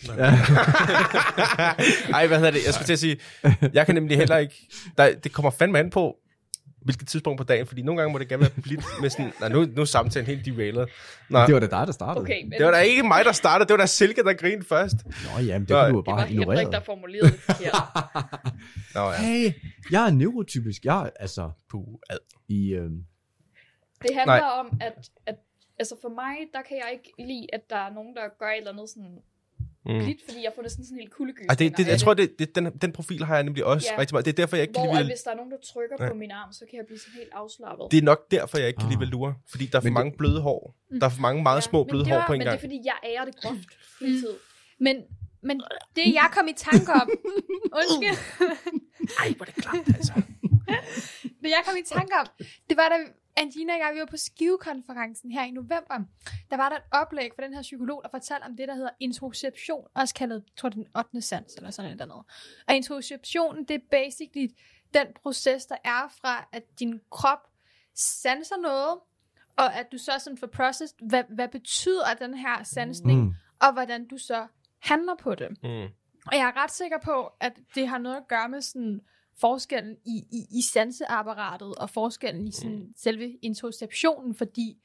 Ej, hvad hedder det? Jeg skulle til at sige, jeg kan nemlig heller ikke... Det kommer fandme an på, hvilket tidspunkt på dagen, fordi nogle gange må det gerne være blidt med sådan... Nej, nu er samtalen helt derailed. Nå, det var da dig, der startede. Okay, men det var da ikke mig, der startede. Det var da Silke, der grinede først. Nå, jamen, det Nej, kan du jo det var bare Henrik, ignorere. der formulerede det forkert. Nå ja. Hey, jeg er neurotypisk. Jeg er altså Puh, ad. i... Det handler om, at altså for mig, der kan jeg ikke lide, at der er nogen, der gør et eller andet sådan blidt, fordi jeg får næsten sådan helt kuldegys. Jeg tror, den profil har jeg nemlig også rigtig meget. Det er derfor, jeg ikke kan Hvor lide... hvis der er nogen, der trykker på min arm, så kan jeg blive sådan helt afslappet. Det er nok derfor, jeg ikke kan lide velure. Fordi der er for Men mange bløde hår. Der er for mange meget små bløde hår på en men gang. det er fordi, jeg ærer det groft hele tiden. Men det, jeg kom i tanke om... Undskyld. Ej, hvor er det klart, altså. Det, jeg kom i tanke om, det var da Angina og jeg, vi var på Skive-konferencen her i november. Der var der et oplæg for den her psykolog, der fortalte om det, der hedder interoception, også kaldet, jeg tror, den 8. sans, eller sådan noget. Og interoceptionen, det er basically den proces, der er fra, at din krop sanser noget, og at du så sådan får processed, hvad betyder den her sansning, og hvordan du så handler på det. Og jeg er ret sikker på, at det har noget at gøre med sådan forskellen i sanseapparatet, og forskellen i sådan selve interoceptionen, fordi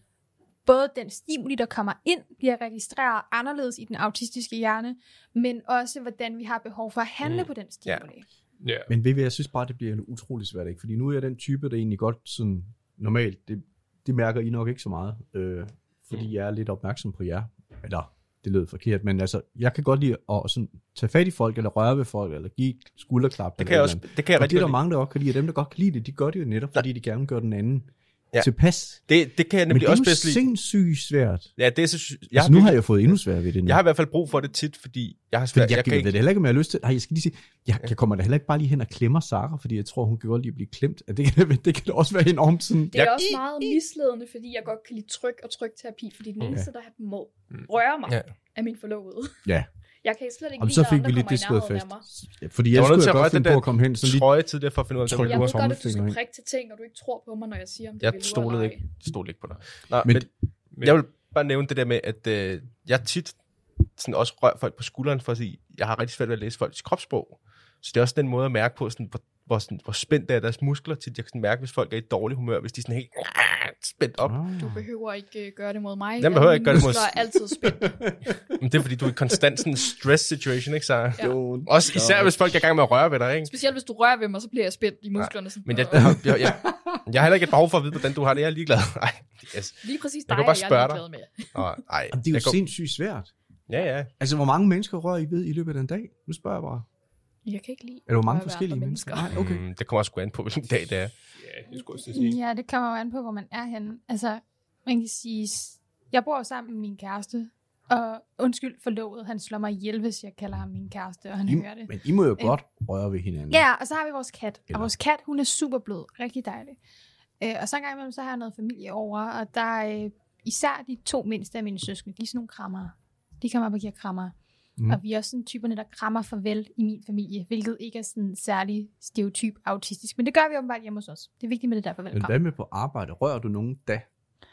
både den stimuli, der kommer ind, bliver registreret anderledes i den autistiske hjerne, men også hvordan vi har behov for at handle på den stimuli. Ja. Men ved I hvad, jeg synes bare, det bliver utrolig svært, ikke? Fordi nu er jeg den type, der egentlig godt sådan normalt, det mærker I nok ikke så meget, fordi jeg er lidt opmærksom på jer, eller det lød forkert, men altså, jeg kan godt lide at sådan, tage fat i folk, eller røre ved folk, eller give skulderklap. Det kan jeg også. Det kan jeg og rigtig det er der godt mange, der godt kan lide, og dem, der godt kan lide det, de gør det jo netop, fordi de gerne gør den anden Ja. tilpas. lide. Det kan jeg Men nemlig det er også jo bedst lide. sindssygt svært. Ja, det er så... Altså, nu har jeg fået endnu sværere ved det nu. Jeg har i hvert fald brug for det tit, fordi jeg har Fordi svært... jeg ved det heller ikke, om jeg har lyst til... Nej, jeg skal lige sige, jeg kommer da heller ikke bare lige hen og klemmer Sara, fordi jeg tror, hun kan godt lide at blive klemt. Det kan da også være enormt sådan... Det er også meget misledende, fordi jeg godt kan lide tryk og trykterapi, fordi den eneste, der må røre mig, er min forlovede. Ja. Jeg kan slet ikke Og lide, så når fik andre vi lige kommer i det slået nærheden af fast. mig. Ja, fordi Jeg jeg var nødt skulle til at godt røre finde den på at komme hen sådan lige... trøje tidligere for at finde ud af, Tryk. om Jeg du ved har godt, at du tommelfingre, skal ikke? prikke til ting, når du ikke tror på mig, når jeg siger, om det Jeg vil lure stolede eller ikke. ej. Stolede ikke på dig. Nå, Men- men jeg vil bare nævne det der med, at jeg tit sådan også rører folk på skulderen for at sige, jeg har rigtig svært ved at læse folks kropssprog. Så det er også den måde at mærke på, sådan, hvor spændt er deres muskler til. Jeg kan mærke, hvis folk er i dårlig humør, hvis de er sådan helt spændt op. Du behøver ikke gøre det mod mig. Den behøver ikke gøre det mod- Muskler er altid spændt. Men det er fordi, du er i konstant sådan stress situation, ikke Sarah? Ja. Også især hvis folk er i gang med at røre ved dig, ikke? Specielt hvis du rører ved mig, så bliver jeg spændt i musklerne. Sådan, Men jeg har heller ikke et behov for at vide, hvordan du har det. Jeg er ligeglad. Nej, yes. lige præcis Jeg dig, kan bare er spørge jeg dig. glad med. Nej, Jamen, det er jo sindssygt svært. Ja. Altså, hvor mange mennesker rører I ved i løbet af en dag? Nu spørger jeg bare. Jeg kan ikke lide Eller hvor mange røre ved forskellige andre mennesker? Nej, okay. Det kommer også sgu an på, hvilken dag det er. Ja, det skulle jeg sige. Ja, det kommer jo an på, hvor man er henne. Altså, man kan sige, jeg bor jo sammen med min kæreste, Og undskyld forlovet, han slår mig ihjel, hvis jeg kalder ham min kæreste, og han hører det. Men I må jo godt røre ved hinanden. Ja, og så har vi vores kat. Eller- Og vores kat, hun er super blød. Rigtig dejlig. Og så en gang imellem, så har jeg noget familie over, og der er især de 2 mindste af mine søskende, de er sådan nogle krammere. De kommer op og giver krammer. Mm. Og vi er også sådan typerne, der krammer farvel i min familie, hvilket ikke er sådan særlig stereotyp autistisk. Men det gør vi åbenbart hjemme hos os. Det er vigtigt med det der Men farvelkram. hvad med på arbejde? Rører du nogen da?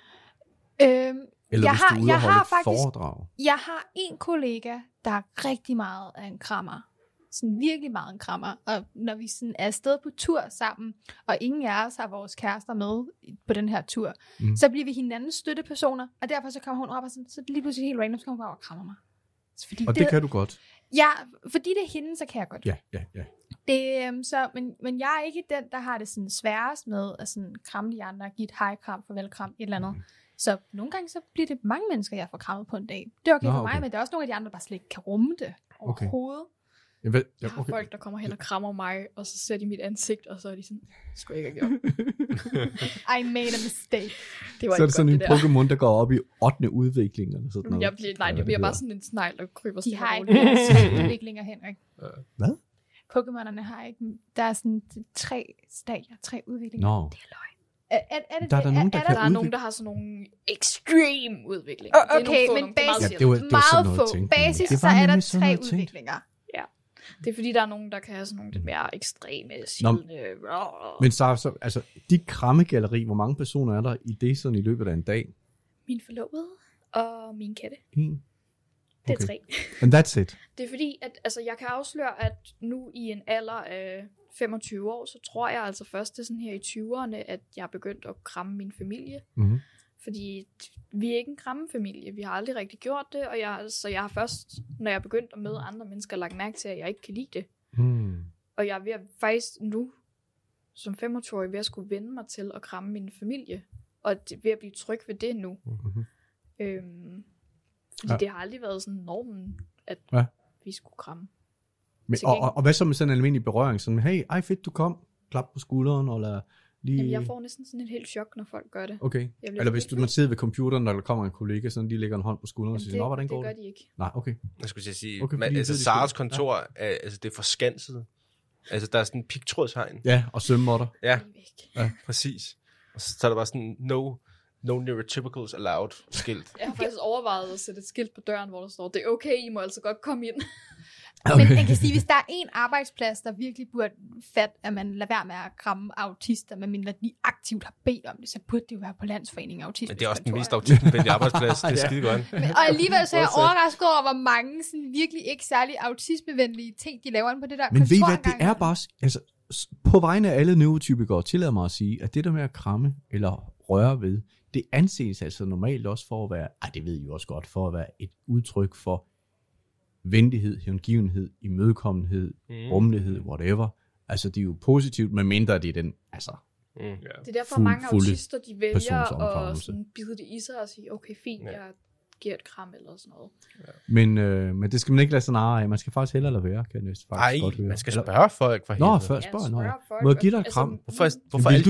Jeg Eller hvis du er ude og holde et faktisk- foredrag? Jeg har en kollega, der er rigtig meget af en krammer. Sådan virkelig meget en krammer. Og når vi sådan er afsted på tur sammen, og ingen af os har vores kærester med på den her tur, så bliver vi hinandens støttepersoner, og derfor så kommer hun op og sådan, så lige pludselig helt random, så kommer hun bare og krammer mig. Fordi Og det kan du godt. Ja, fordi det er hende, så kan jeg godt. Ja. Men jeg er ikke den, der har det sådan sværest med at sådan kramme de andre, give et hejkram, farvelkram, et eller andet. Så nogle gange så bliver det mange mennesker, jeg får krammet på en dag. Det er okay for mig, men der er også nogle af de andre, der bare slet ikke kan rumme det overhovedet. Jeg har folk, der kommer hen og krammer mig, og så ser de mit ansigt, og så er de sådan, det skulle jeg ikke have gjort. I made a mistake. Det var Så er ikke det sådan godt, en det der. Pokémon, der går op i 8. udvikling, eller sådan noget. Det bliver bare sådan en snegl, der kryber De stille har og ikke roligt. deres udviklinger, Henrik. Hvad? Pokémonerne har ikke, der er sådan 3 stadier, 3 udviklinger. Nå. Det er løgn. Er det Der er der nogen, der kan Der er nogen, der har sådan nogle extreme udviklinger. Det er Okay, nogle få, men nogle- det er meget basis, sjældent. det var sådan meget noget, få. jeg tænkte. Basis, Det så var er der nemlig sådan 3 noget, jeg tænkte. udviklinger. Det er fordi, der er nogen, der kan have sådan nogle lidt mere ekstreme, sjældne... Men så, altså, dit krammegalleri, hvor mange personer er der i det sådan i løbet af en dag? Min forlovede og min katte. 1. Det er Okay. 3. And that's it. Det er fordi, at altså, jeg kan afsløre, at nu i en alder af 25 år, så tror jeg altså først, det er sådan her i 20'erne, at jeg er begyndt at kramme min familie. Mm-hmm. Fordi vi er ikke en krammefamilie. Vi har aldrig rigtig gjort det, og så jeg har først, når jeg er begyndt at møde andre mennesker, lagt mærke til, at jeg ikke kan lide det. Og jeg er ved at faktisk nu, som 25-årig, ved at skulle vende mig til at kramme min familie. Og ved at blive tryg ved det nu. Mm-hmm. Fordi det har aldrig været sådan normen, at vi skulle kramme. Men, og hvad så med sådan en almindelig berøring? Sådan, hey, ej fedt, du kom. Klap på skulderen, eller lige... Jamen, jeg får næsten sådan et helt chok, når folk gør det. Okay. Eller hvis man sidder ved computeren, og der kommer en kollega, sådan lige lægger en hånd på skulderen og siger, nå, hvordan går det? det? gør de ikke. Nej, okay. Jeg skulle til at sige, Okay, men, fordi altså det er Saras det. kontor, altså det er forskanset. Altså der er sådan en pigtrådshegn. Ja, og sømmotter. Ja, De er væk. præcis. Og så er der bare sådan, no neurotypicals allowed skilt. Jeg har faktisk overvejet at sætte et skilt på døren, hvor der står, det er okay, I må altså godt komme ind. Men man kan sige, hvis der er en arbejdsplads, der virkelig burde fat, at man lader være med at kramme autister, medmindre de aktivt har bedt om det, så burde det jo være på Landsforeningen Autisme. Men det er også den mest autismevenlige arbejdsplads. Det er skide godt. Og alligevel så er jeg overrasket over, hvor mange sådan virkelig ikke særlig autismevenlige ting, de laver inde på det der Men ved I kontor hvad, det engang. er bare... Altså, på vegne af alle neurotypikere, tillader mig at sige, at det der med at kramme eller røre ved, det anses altså normalt også for at være, det ved I jo også godt, for at være et udtryk for venlighed, hengivenhed, imødekommenhed, rummelighed, whatever. Altså, det er jo positivt, medmindre det er den, altså... Mm. Det er derfor mange fulde autister, de vælger at personsomfavnelse. sådan bide det i sig og sige, okay, fint, jeg giver et kram eller sådan noget. Men det skal man ikke lade sig narre af. Man skal faktisk hellere lade være, kan jeg næsten Ej, faktisk godt høre. man skal spørge folk for Nå, helvede. før spørg. Nå, ja. folk. Må jeg give dig et kram? Hvorfor Vil alt? du...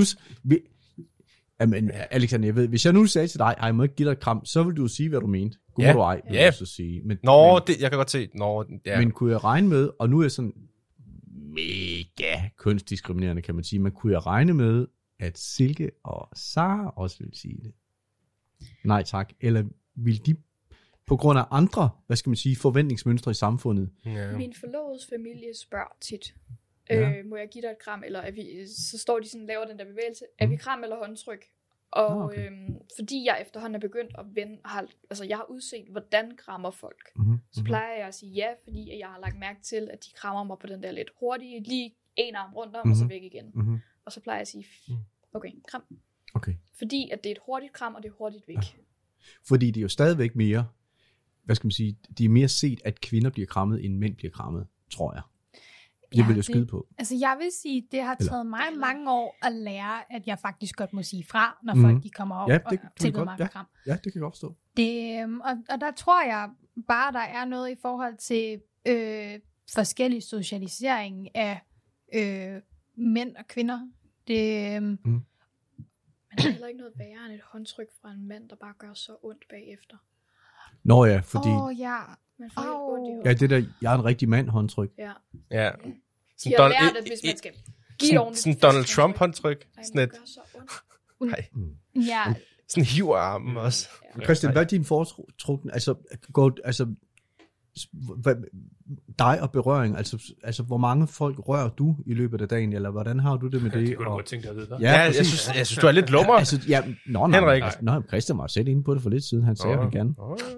Jamen, Alexander, jeg ved, hvis jeg nu sagde til dig, jeg må ikke give dig et kram, så vil du sige, hvad du mente. Gud Ja. må du ej, vil Ja. jeg så sige. Men, Jeg kan godt se. Ja. men kunne jeg regne med, og nu er jeg sådan mega kønsdiskriminerende, kan man sige, men kunne jeg regne med, at Silke og Sara også vil sige det? Nej tak. Eller vil de på grund af andre, hvad skal man sige, forventningsmønstre i samfundet? Ja. Min forlovedes familie spørger tit, Ja. må jeg give dig et kram, eller er vi, så står de sådan laver den der bevægelse, er vi kram eller håndtryk? Og okay. fordi jeg efterhånden er begyndt at vende, jeg har udset, hvordan krammer folk, Mm-hmm. så plejer jeg at sige ja, fordi jeg har lagt mærke til, at de krammer mig på den der lidt hurtige, lige en arm rundt om, og så væk igen. Mm-hmm. Og så plejer jeg at sige, okay, kram. Okay. Fordi at det er et hurtigt kram, og det er hurtigt væk. Ja. Fordi det er jo stadigvæk mere, hvad skal man sige, det er mere set, at kvinder bliver krammet, end mænd bliver krammet, tror jeg. Det vil jeg skyde på. Altså jeg vil sige, det har taget mig mange år at lære, at jeg faktisk godt må sige fra, når Mhm. folk de kommer op Ja, og det kan tilbyder godt, mig ja. et kram. Ja, det kan jeg godt forstå. Det, og der tror jeg bare, der er noget i forhold til forskellig socialisering af mænd og kvinder. Det, Men der er heller ikke noget værre end et håndtryk fra en mand, der bare gør så ondt bagefter. Nå ja, fordi... ja. Man får helt ondt i hovedet. Ja, det der, jeg er en rigtig mand håndtryk. Ja. Ja. De har lært, at hvis man skal give sådan, ordentligt... sådan Donald Trump håndtryk. Ej, Sådan det et, gør så ondt. Ja, sådan hiver armen også. Christian, hvad er din foretrukne, dig og berøring, altså hvor mange folk rører du i løbet af dagen, eller hvordan har du det med det? Det kunne du godt tænke dig at vide, hva'? Ja, jeg præcis. synes, du er lidt lummer. Henrik. Henrik. Christian var selv inde på det for lidt siden, han sagde, at han gerne.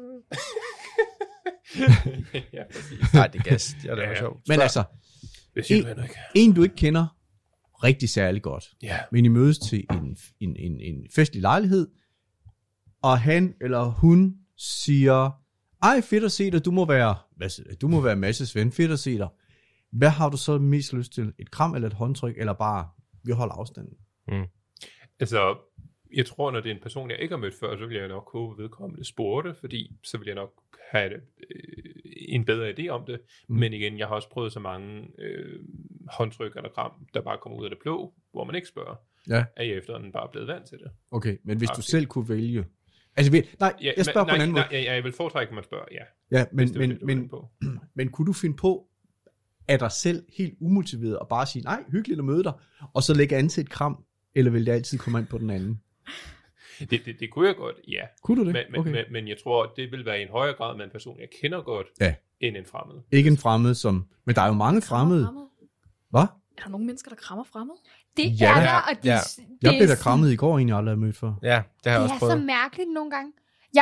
Ja, præcis. Nej, det er gas. Det er sjovt. Men altså, Hvad siger du, Henrik? en du ikke kender rigtig særlig godt, Ja. men I mødes til en festlig lejlighed, og han eller hun siger, ej, fedt at se dig, du må være Masses ven, fedt at se dig. Hvad har du så mest lyst til? Et kram eller et håndtryk, eller bare, vi holder afstanden? Altså, jeg tror, når det er en person, jeg ikke har mødt før, så vil jeg nok håbe vedkommende spurgte, fordi så vil jeg nok have en bedre idé om det. Men igen, jeg har også prøvet så mange håndtryk eller kram, der bare kommer ud af det blå, hvor man ikke spørger. Ja. Er jeg efterhånden bare blevet vant til det? Okay, men hvis du selv kunne vælge... Altså, jeg spørger på en anden måde. Jeg vil foretrække, at man spørger, ja. Ja, Hvis det var det, du var inde på. men kunne du finde på, at dig selv helt umotiveret, og bare sige, nej, hyggeligt at møde dig, og så lægge an til et kram, eller vil det altid komme ind på den anden? Det kunne jeg godt, ja. Kunne du det? Men jeg tror, det vil være i en højere grad med en person, jeg kender godt, end en fremmed. Ikke en fremmed, som... Men der er jo mange fremmede. Hvad? Er der nogle mennesker, der krammer fremmed? det Ja. er der, og Ja. Jeg blev da krammet i går, en jeg aldrig har mødt før. Ja, det har jeg også Det er så prøvet. mærkeligt nogle gange.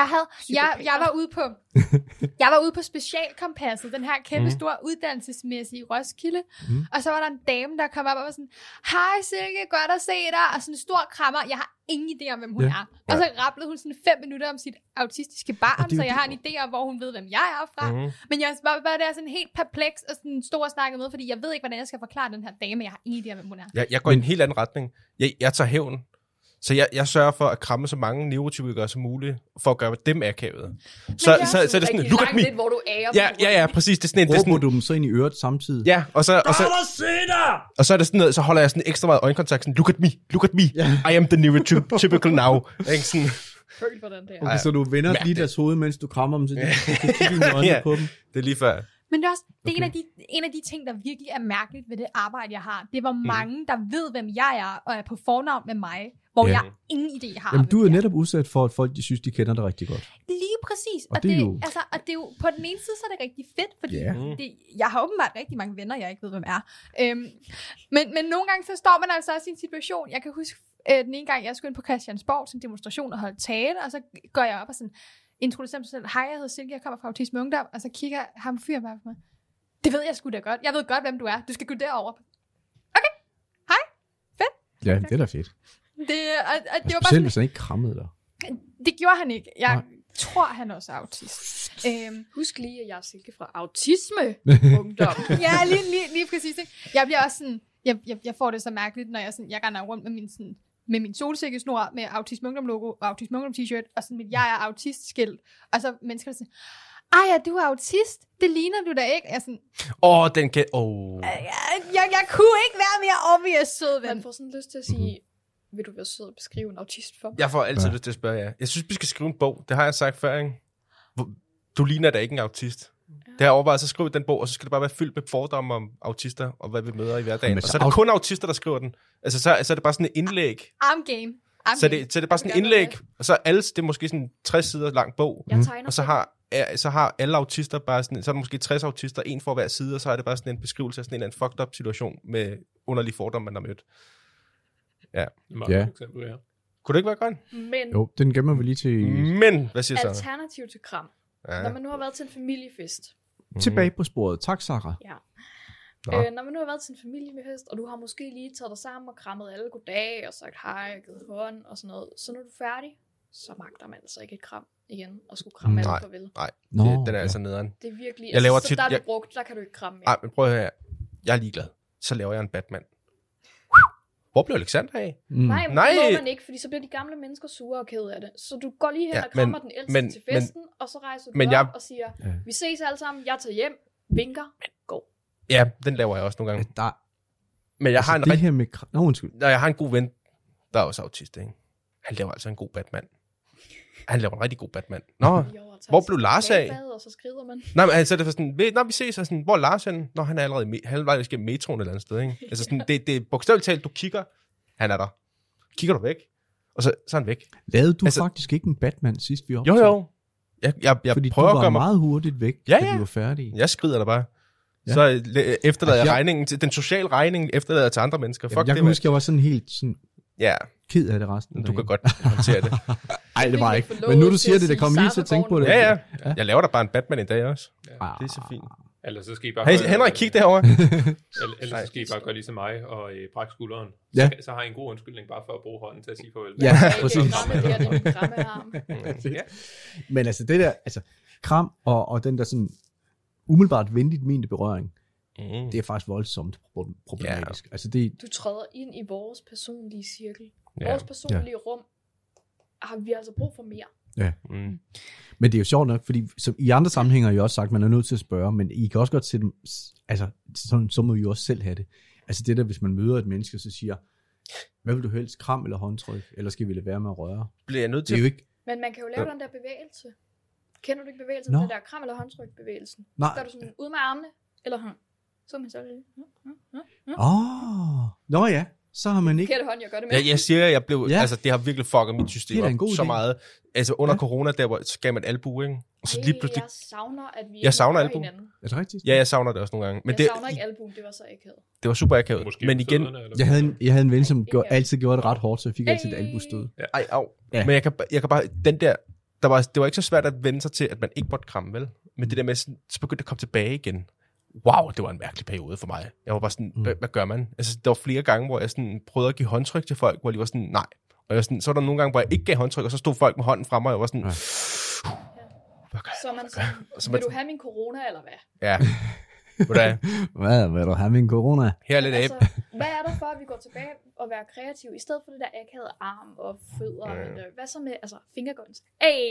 Jeg var ude på Specialkompasset, den her kæmpe store uddannelsesmæssige i Roskilde, og så var der en dame, der kom op og var sådan, hej Silke, godt at se dig, og sådan en stor krammer. Jeg har ingen idé om, hvem hun er. Og så rablede hun sådan 5 minutter om sit autistiske barn, så jeg har en idé om, hvor hun ved, hvem jeg er fra. Men jeg var der sådan helt perpleks og sådan stor og snakket med, fordi jeg ved ikke, hvordan jeg skal forklare den her dame, jeg har ingen idé om, hvem hun er. Jeg går i en helt anden retning. Jeg tager hævn. Så jeg sørger for at kramme så mange neurotypikere som muligt, for at gøre dem akavet. Så er det sådan, look at me. Lidt, hvor du ærer Ja, præcis. Det er sådan en... Råber du dem så ind i øret samtidig? Ja, og så er det sådan noget, så holder jeg sådan ekstra meget øjenkontakt, sådan, look at me, I am the neurotypical now. Ikke sådan... Følg på den der. Okay, så du vender lige deres hoved, mens du krammer dem, så de kan kigge i øjnene på dem. Det er lige før. Men det er også det er en af de ting, der virkelig er mærkeligt ved det arbejde, jeg har. Det var mange, der ved, hvem jeg er, og er på fornavn med mig, hvor jeg ingen idé har. Jamen, du er hvem jeg netop udsat for, at folk de synes, de kender dig rigtig godt. Lige præcis. Og det er jo- og det er jo, på den ene side, så er det rigtig fedt, fordi jeg har åbenbart rigtig mange venner, jeg ikke ved, hvem er. Men nogle gange, så står man altså også i en situation. Jeg kan huske, den ene gang, jeg skulle ind på Christiansborg til en demonstration og holde tale, og så går jeg op og sådan, introducerer mig selv. Hej, jeg hedder Silke, jeg kommer fra Autisme Ungdom, og så kigger ham fyren bare på mig. Det ved jeg sgu da godt. Jeg ved godt, hvem du er. Du skal gå derover. Okay. Hej. Fedt. Ja, det er da fedt. Det var bare Specielt sådan, hvis han ikke krammede dig. det gjorde han ikke. Jeg tror, han også er autist. Husk lige, at jeg er Silke fra Autisme Ungdom. Ja, lige præcis. Ikke? Jeg bliver også sådan, jeg får det så mærkeligt, når jeg render rundt med min sådan, med min solsikkesnor med Autisme Ungdom logo og Autisme Ungdom t-shirt og sådan mit jeg er autist skilt. Og så mennesker der siger, ja, du er autist. Det ligner du da ikke. Jeg er sådan, Den kan... jeg kunne ikke være mere obvious sød, ven. Man får sådan lyst til at sige, vil du være sød og beskrive en autist for mig? Jeg får altid lyst til at spørge jer. Jeg synes, vi skal skrive en bog. Det har jeg sagt før, ikke? Du ligner da ikke en autist. Det har jeg overvejet, så skriv den bog, og så skal det bare være fyldt med fordomme om autister, og hvad vi møder i hverdagen. Og så er det kun autister, der skriver den. Altså, så er det bare sådan et indlæg. Arm game. Så er det bare sådan et indlæg, og så det er måske sådan en 60 sider lang bog. Jeg tegner Og så har alle autister bare sådan, så er der måske 60 autister, en for hver side, og så er det bare sådan en beskrivelse af sådan en eller anden fucked up situation med underlige fordomme, man har mødt. Ja. Meget eksempel, ja. Kunne det ikke være grøn? Men Jo, den gemmer vi lige til... Men, hvad siger så? alternativ til kram. Ja. Når man nu har været til en familiefest. Tilbage på sporet. Tak, Sarah. Ja. Nå. Når man nu har været til en familiefest, og du har måske lige taget dig sammen og krammet alle goddag, og sagt hej og givet hånd og sådan noget, så når du er færdig, så magter man altså ikke et kram igen, og skulle kramme alle farvel. Nej, Nå, den er altså nederen. Det er virkelig, Jeg laver så tit- der er jeg- du brugt, der kan du ikke kramme mere. Nej, men prøv at høre her. Jeg er ligeglad. Så laver jeg en Batman. Hvor blev Alexander af? Nej, men Nej. det må man ikke, fordi så bliver de gamle mennesker sure og kede af det. Så du går lige hen Ja, og krammer men- den ældste men- til festen, og så rejser du men op jeg- og siger, vi ses alle sammen, jeg tager hjem, vinker, gå. Ja, den laver jeg også nogle gange. Der, Men jeg har en det rigtig... her med... Nå, undskyld. Når jeg har en god ven, der er også autist, ikke? Han laver altså en god Batman. Han laver en rigtig god Batman. Nå, Jo, og tager hvor sit blev Lars af? bad, og så skrider man. Nej, men altså, det er sådan, når vi ses, så sådan, hvor er Lars henne? Nå, han er allerede halvvejs gennem metroen et eller andet sted, ikke? Altså sådan, det er bogstaveligt talt, du kigger, han er der. Kigger du væk, og så er han væk. Lavede du Altså- faktisk ikke en Batman sidst vi Jo, optog? jo. Jeg Fordi prøver du at var gøre mig... meget hurtigt væk, Ja, da ja. vi var færdige. Jeg skrider der bare. Ja. Så efterlader jeg Altså, regningen til, den sociale regning efterlader jeg til andre mennesker. Fuck Jamen, jeg det, kan mand. huske, jeg var sådan helt sådan Ja, ked af det resten af du kan dagen. godt håndtere det. Ej, det var Jeg ikke. fik Men nu du lov siger til det, at der kom sige lige til at tænke på det. Ja. Jeg laver da bare en Batman i dag også. Ah. Det er så fint. Ellers så skal I bare... Hey, Henrik, kig derovre. Ellers så skal I bare gøre ligesom mig og brække skulderen. Ja. Så har I en god undskyldning bare for at bruge hånden til at sige farvel. Ja, Præcis. præcis. Det er min krammearm. Ja. Men altså det der, altså kram og den der sådan umiddelbart venligt mente berøring, det er faktisk voldsomt problematisk. Altså det, Du træder ind i vores personlige cirkel. Ja. Vores personlige rum har vi altså brug for mere. Mm. men det er jo sjovt nok, fordi som i andre sammenhænge har I også sagt, at man er nødt til at spørge, men I kan også godt sætte, altså sådan, så må I jo også selv have det. Altså det der, hvis man møder et menneske, og så siger, hvad vil du helst, kram eller håndtryk, eller skal vi lade være med at røre? Bliver jeg nødt Det er til... jo ikke, Men man kan jo lave den der bevægelse. Kender du ikke bevægelsen? Nå. Den der kram- eller håndtryk-bevægelsen. nej, Så gør du sådan ud med armene, eller hånd. Så er man så lidt. nå ja, så har man ikke, Forkerte hånd, jeg gør det med. Jeg siger, jeg blev... Ja. Altså, det har virkelig fucket mit system Det er da en god op så idé. meget. Altså, under Ja. corona, der hvor så gav man albu, ikke? Og så lige pludselig... Jeg savner, at vi Jeg savner rører albuen. hinanden. er det rigtigt? Ja, jeg savner det også nogle gange. Men Jeg det, savner ikke albuen, det var så akavet. det var super akavet. Måske Men igen... fødderne, eller Jeg havde en ven, som Ikke altid gjorde det ret hårdt, så jeg fik altid et Hey. albustød. Ej, au. Ja. Men jeg kan bare... Den der... Det var ikke så svært at vende sig til, at man ikke måtte kramme, vel? Men det der med, så begyndte det at komme tilbage igen. Wow, det var en mærkelig periode for mig. Jeg var bare sådan, hvad gør man? Altså, der var flere gange, hvor jeg sådan prøvede at give håndtryk til folk, hvor de var sådan, nej. Og jeg var sådan, så var der nogle gange, hvor jeg ikke gav håndtryk, og så stod folk med hånden frem, og jeg var sådan, Ja. hvad gør Så er man Og sådan, så vil man- du have min corona, eller hvad? Ja. Hvordan? Hvad vil du have min corona? Her er lidt abe. Altså, hvad er der for, at vi går tilbage og være kreative, i stedet for det der akavede arm og fødder? Hvad så med, altså, fingerguns? Hey!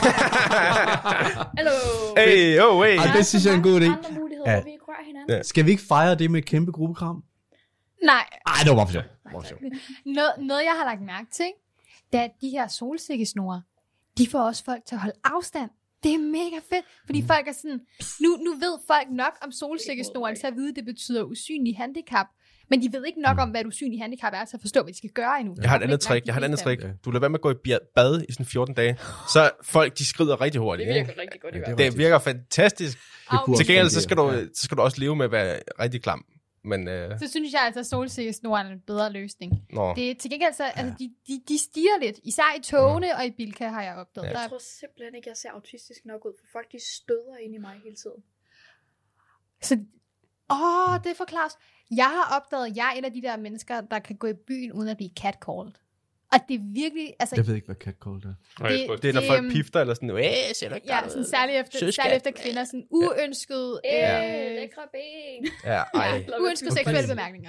Hallo! Hey, oh, hey. Ej, det synes jeg er en god idé. Andre muligheder, Ja. hvor vi ikke rører hinanden. Ja. Skal vi ikke fejre det med et kæmpe gruppekram? Nej, Ej, det var bare for sjov. noget jeg har lagt mærke til, det er, at de her solsikkesnore, de får også folk til at holde afstand. Det er mega fedt, fordi folk er sådan, nu ved folk nok om solsikkesnoren til at vide, at det betyder usynlig handicap, men de ved ikke nok om, hvad et usynlig handicap er til at forstå, hvad de skal gøre endnu. Jeg har et andet trick. Du lader være med at gå i bad i sådan 14 dage. Så folk, de skrider rigtig hurtigt. Det Ikke? virker rigtig godt i Ja, hvert det fald. Det virker fantastisk. Det kunne Til også gengæld, så fungere. skal du også leve med at være rigtig klam. Men, Så synes jeg altså, at solsikkesnoren er en bedre løsning. nå. Det er til gengæld så, altså, de stiger lidt, især i togene og i Bilka har jeg opdaget. Ja. Der Jeg tror simpelthen ikke, jeg ser autistisk nok ud, for folk de støder ind i mig hele tiden. Så, det forklares. Jeg har opdaget, at jeg er en af de der mennesker, der kan gå i byen uden at blive catcalled. Og det er virkelig, altså, Jeg ved ikke, hvad catcall er. Nej, jeg tror, Det er, når folk pifter eller sådan, ser du ikke ja, godt sådan, ud?" særligt Søskat. efter kvinder, sådan uønsket, Lækre ben. Ja, ej. uønsket seksuelle bemærkninger.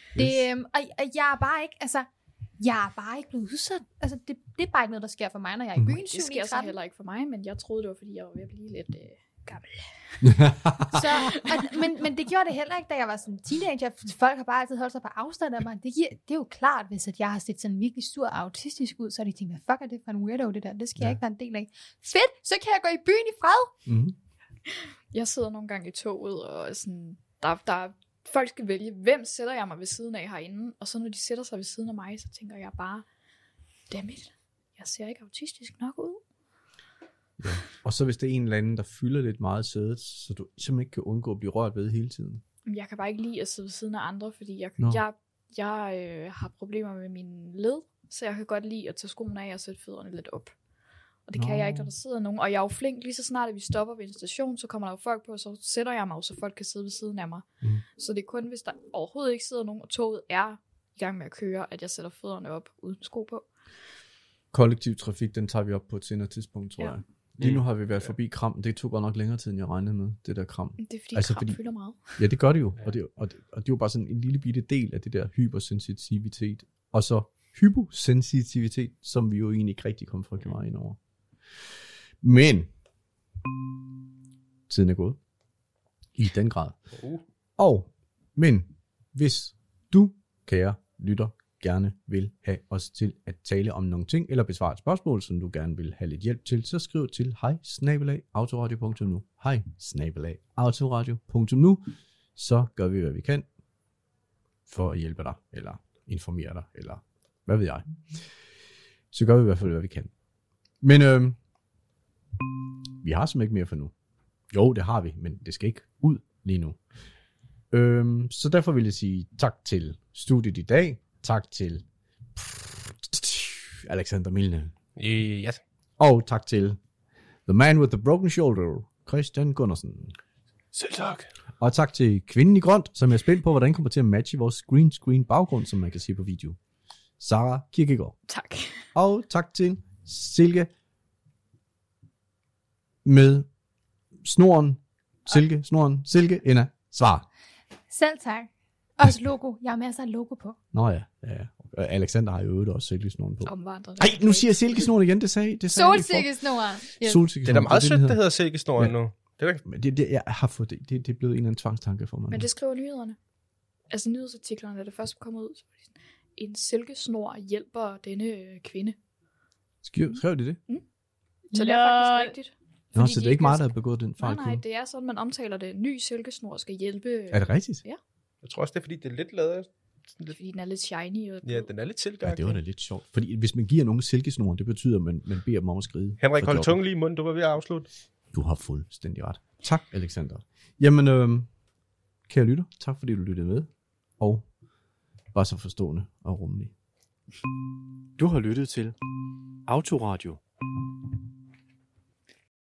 Og jeg er bare ikke, altså, jeg er bare ikke blevet udsat. Altså, det er bare ikke noget, der sker for mig, når jeg er i byen 7 Det sker så 13. heller ikke for mig, men jeg troede, det var, fordi jeg var ved at blive lidt gammel. Så, men det gjorde det heller ikke, da jeg var sådan teenager. Folk har bare altid holdt sig på afstand af mig. Det er jo klart, hvis at jeg har set sådan virkelig sur og autistisk ud, så har de tænkt, hvad fuck er det for en weirdo, det der? Det skal jeg ikke være en del af. Fedt, så kan jeg gå i byen i fred. Mm-hmm. Jeg sidder nogle gange i toget, og sådan, folk skal vælge, hvem sætter jeg mig ved siden af herinde, og så når de sætter sig ved siden af mig, så tænker jeg bare, dammit, jeg ser ikke autistisk nok ud. Ja. Og så hvis det er en eller anden, der fylder lidt meget sædet, så du simpelthen ikke kan undgå at blive rørt ved hele tiden. Jeg kan bare ikke lide at sidde ved siden af andre, fordi jeg Nå. har problemer med mine led, så jeg kan godt lide at tage skoene af og sætte fødderne lidt op. Og det kan Nå. jeg ikke, når der sidder nogen. Og jeg er jo flink, lige så snart at vi stopper ved en station, så kommer der jo folk på, og så sætter jeg mig jo, så folk kan sidde ved siden af mig. Mm. Så det er kun, hvis der overhovedet ikke sidder nogen, og toget er i gang med at køre, at jeg sætter fødderne op uden sko på. Kollektiv trafik, den tager vi op på et senere tidspunkt, tror Ja. jeg. Lige nu har vi været forbi kram. Det tog godt nok længere tid, end jeg regnede med, det der kram. Det er fordi, Altså, kram fordi- fylder meget. Ja, det gør det jo. Og det er jo bare sådan en lille bitte del af det der hypersensitivitet. Og så hyposensitivitet, som vi jo egentlig ikke rigtig kom frygtelig meget ind over. Men tiden er gået. I den grad. Men hvis du, kære lytter, gerne vil have os til at tale om nogle ting, eller besvare et spørgsmål, som du gerne vil have lidt hjælp til, så skriv til hej@autoradio.nu. hej@autoradio.nu. Så gør vi, hvad vi kan for at hjælpe dig, eller informere dig, eller hvad ved jeg. Så gør vi i hvert fald, hvad vi kan. Men vi har simpelthen ikke mere for nu. Jo, det har vi, men det skal ikke ud lige nu. Så derfor vil jeg sige tak til studiet i dag. Tak til Alexander Milne. Ja. Og tak til The Man with the Broken Shoulder, Christian Gundersen. Selv tak. Og tak til Kvinden i Grønt, som jeg er spændt på, hvordan kommer til at matche vores green screen baggrund, som man kan se på video. Sarah Kirkegaard. Tak. Og tak til Silke med snoren. Silke, Enna, svar. Selv tak. Også logo. Jeg har masser af logo på. Nå ja. Og Alexander har jo øvet også silkesnoren på. Omvandrende. Ej, nu siger jeg silkesnoren igen, det sagde Solsikkesnoren. Yes. Det er da meget sødt, der hedder silkesnoren nu. Det er Men jeg har fået det er blevet en eller anden tvangstanke for mig. Men det skriver nyhederne. Altså nyhedsartiklerne, da det først kom ud, så var det sådan, en silkesnor hjælper denne kvinde. Skrev de det? Så det er faktisk rigtigt. Nå, Fordi så det de er ikke mig, kan- der har begået den fejl. Nej, det er sådan, man omtaler det. Ny silkesnor skal hjælpe, Er det rigtigt? Jeg tror også, det er fordi, det er lidt lavet. fordi den er lidt shiny. Og Ja, den er lidt Ja, silkeagtig. det var da lidt sjovt. Fordi hvis man giver nogen silkesnor, det betyder, at man beder dem om at skride. Henrik, for hold jobbet. tungen lige i munden, du var ved at afslutte. Du har fuldstændig ret. Tak, Alexander. Jamen, kære lytter, tak fordi du lyttede med. Og var så forstående og rummelig. Du har lyttet til Autoradio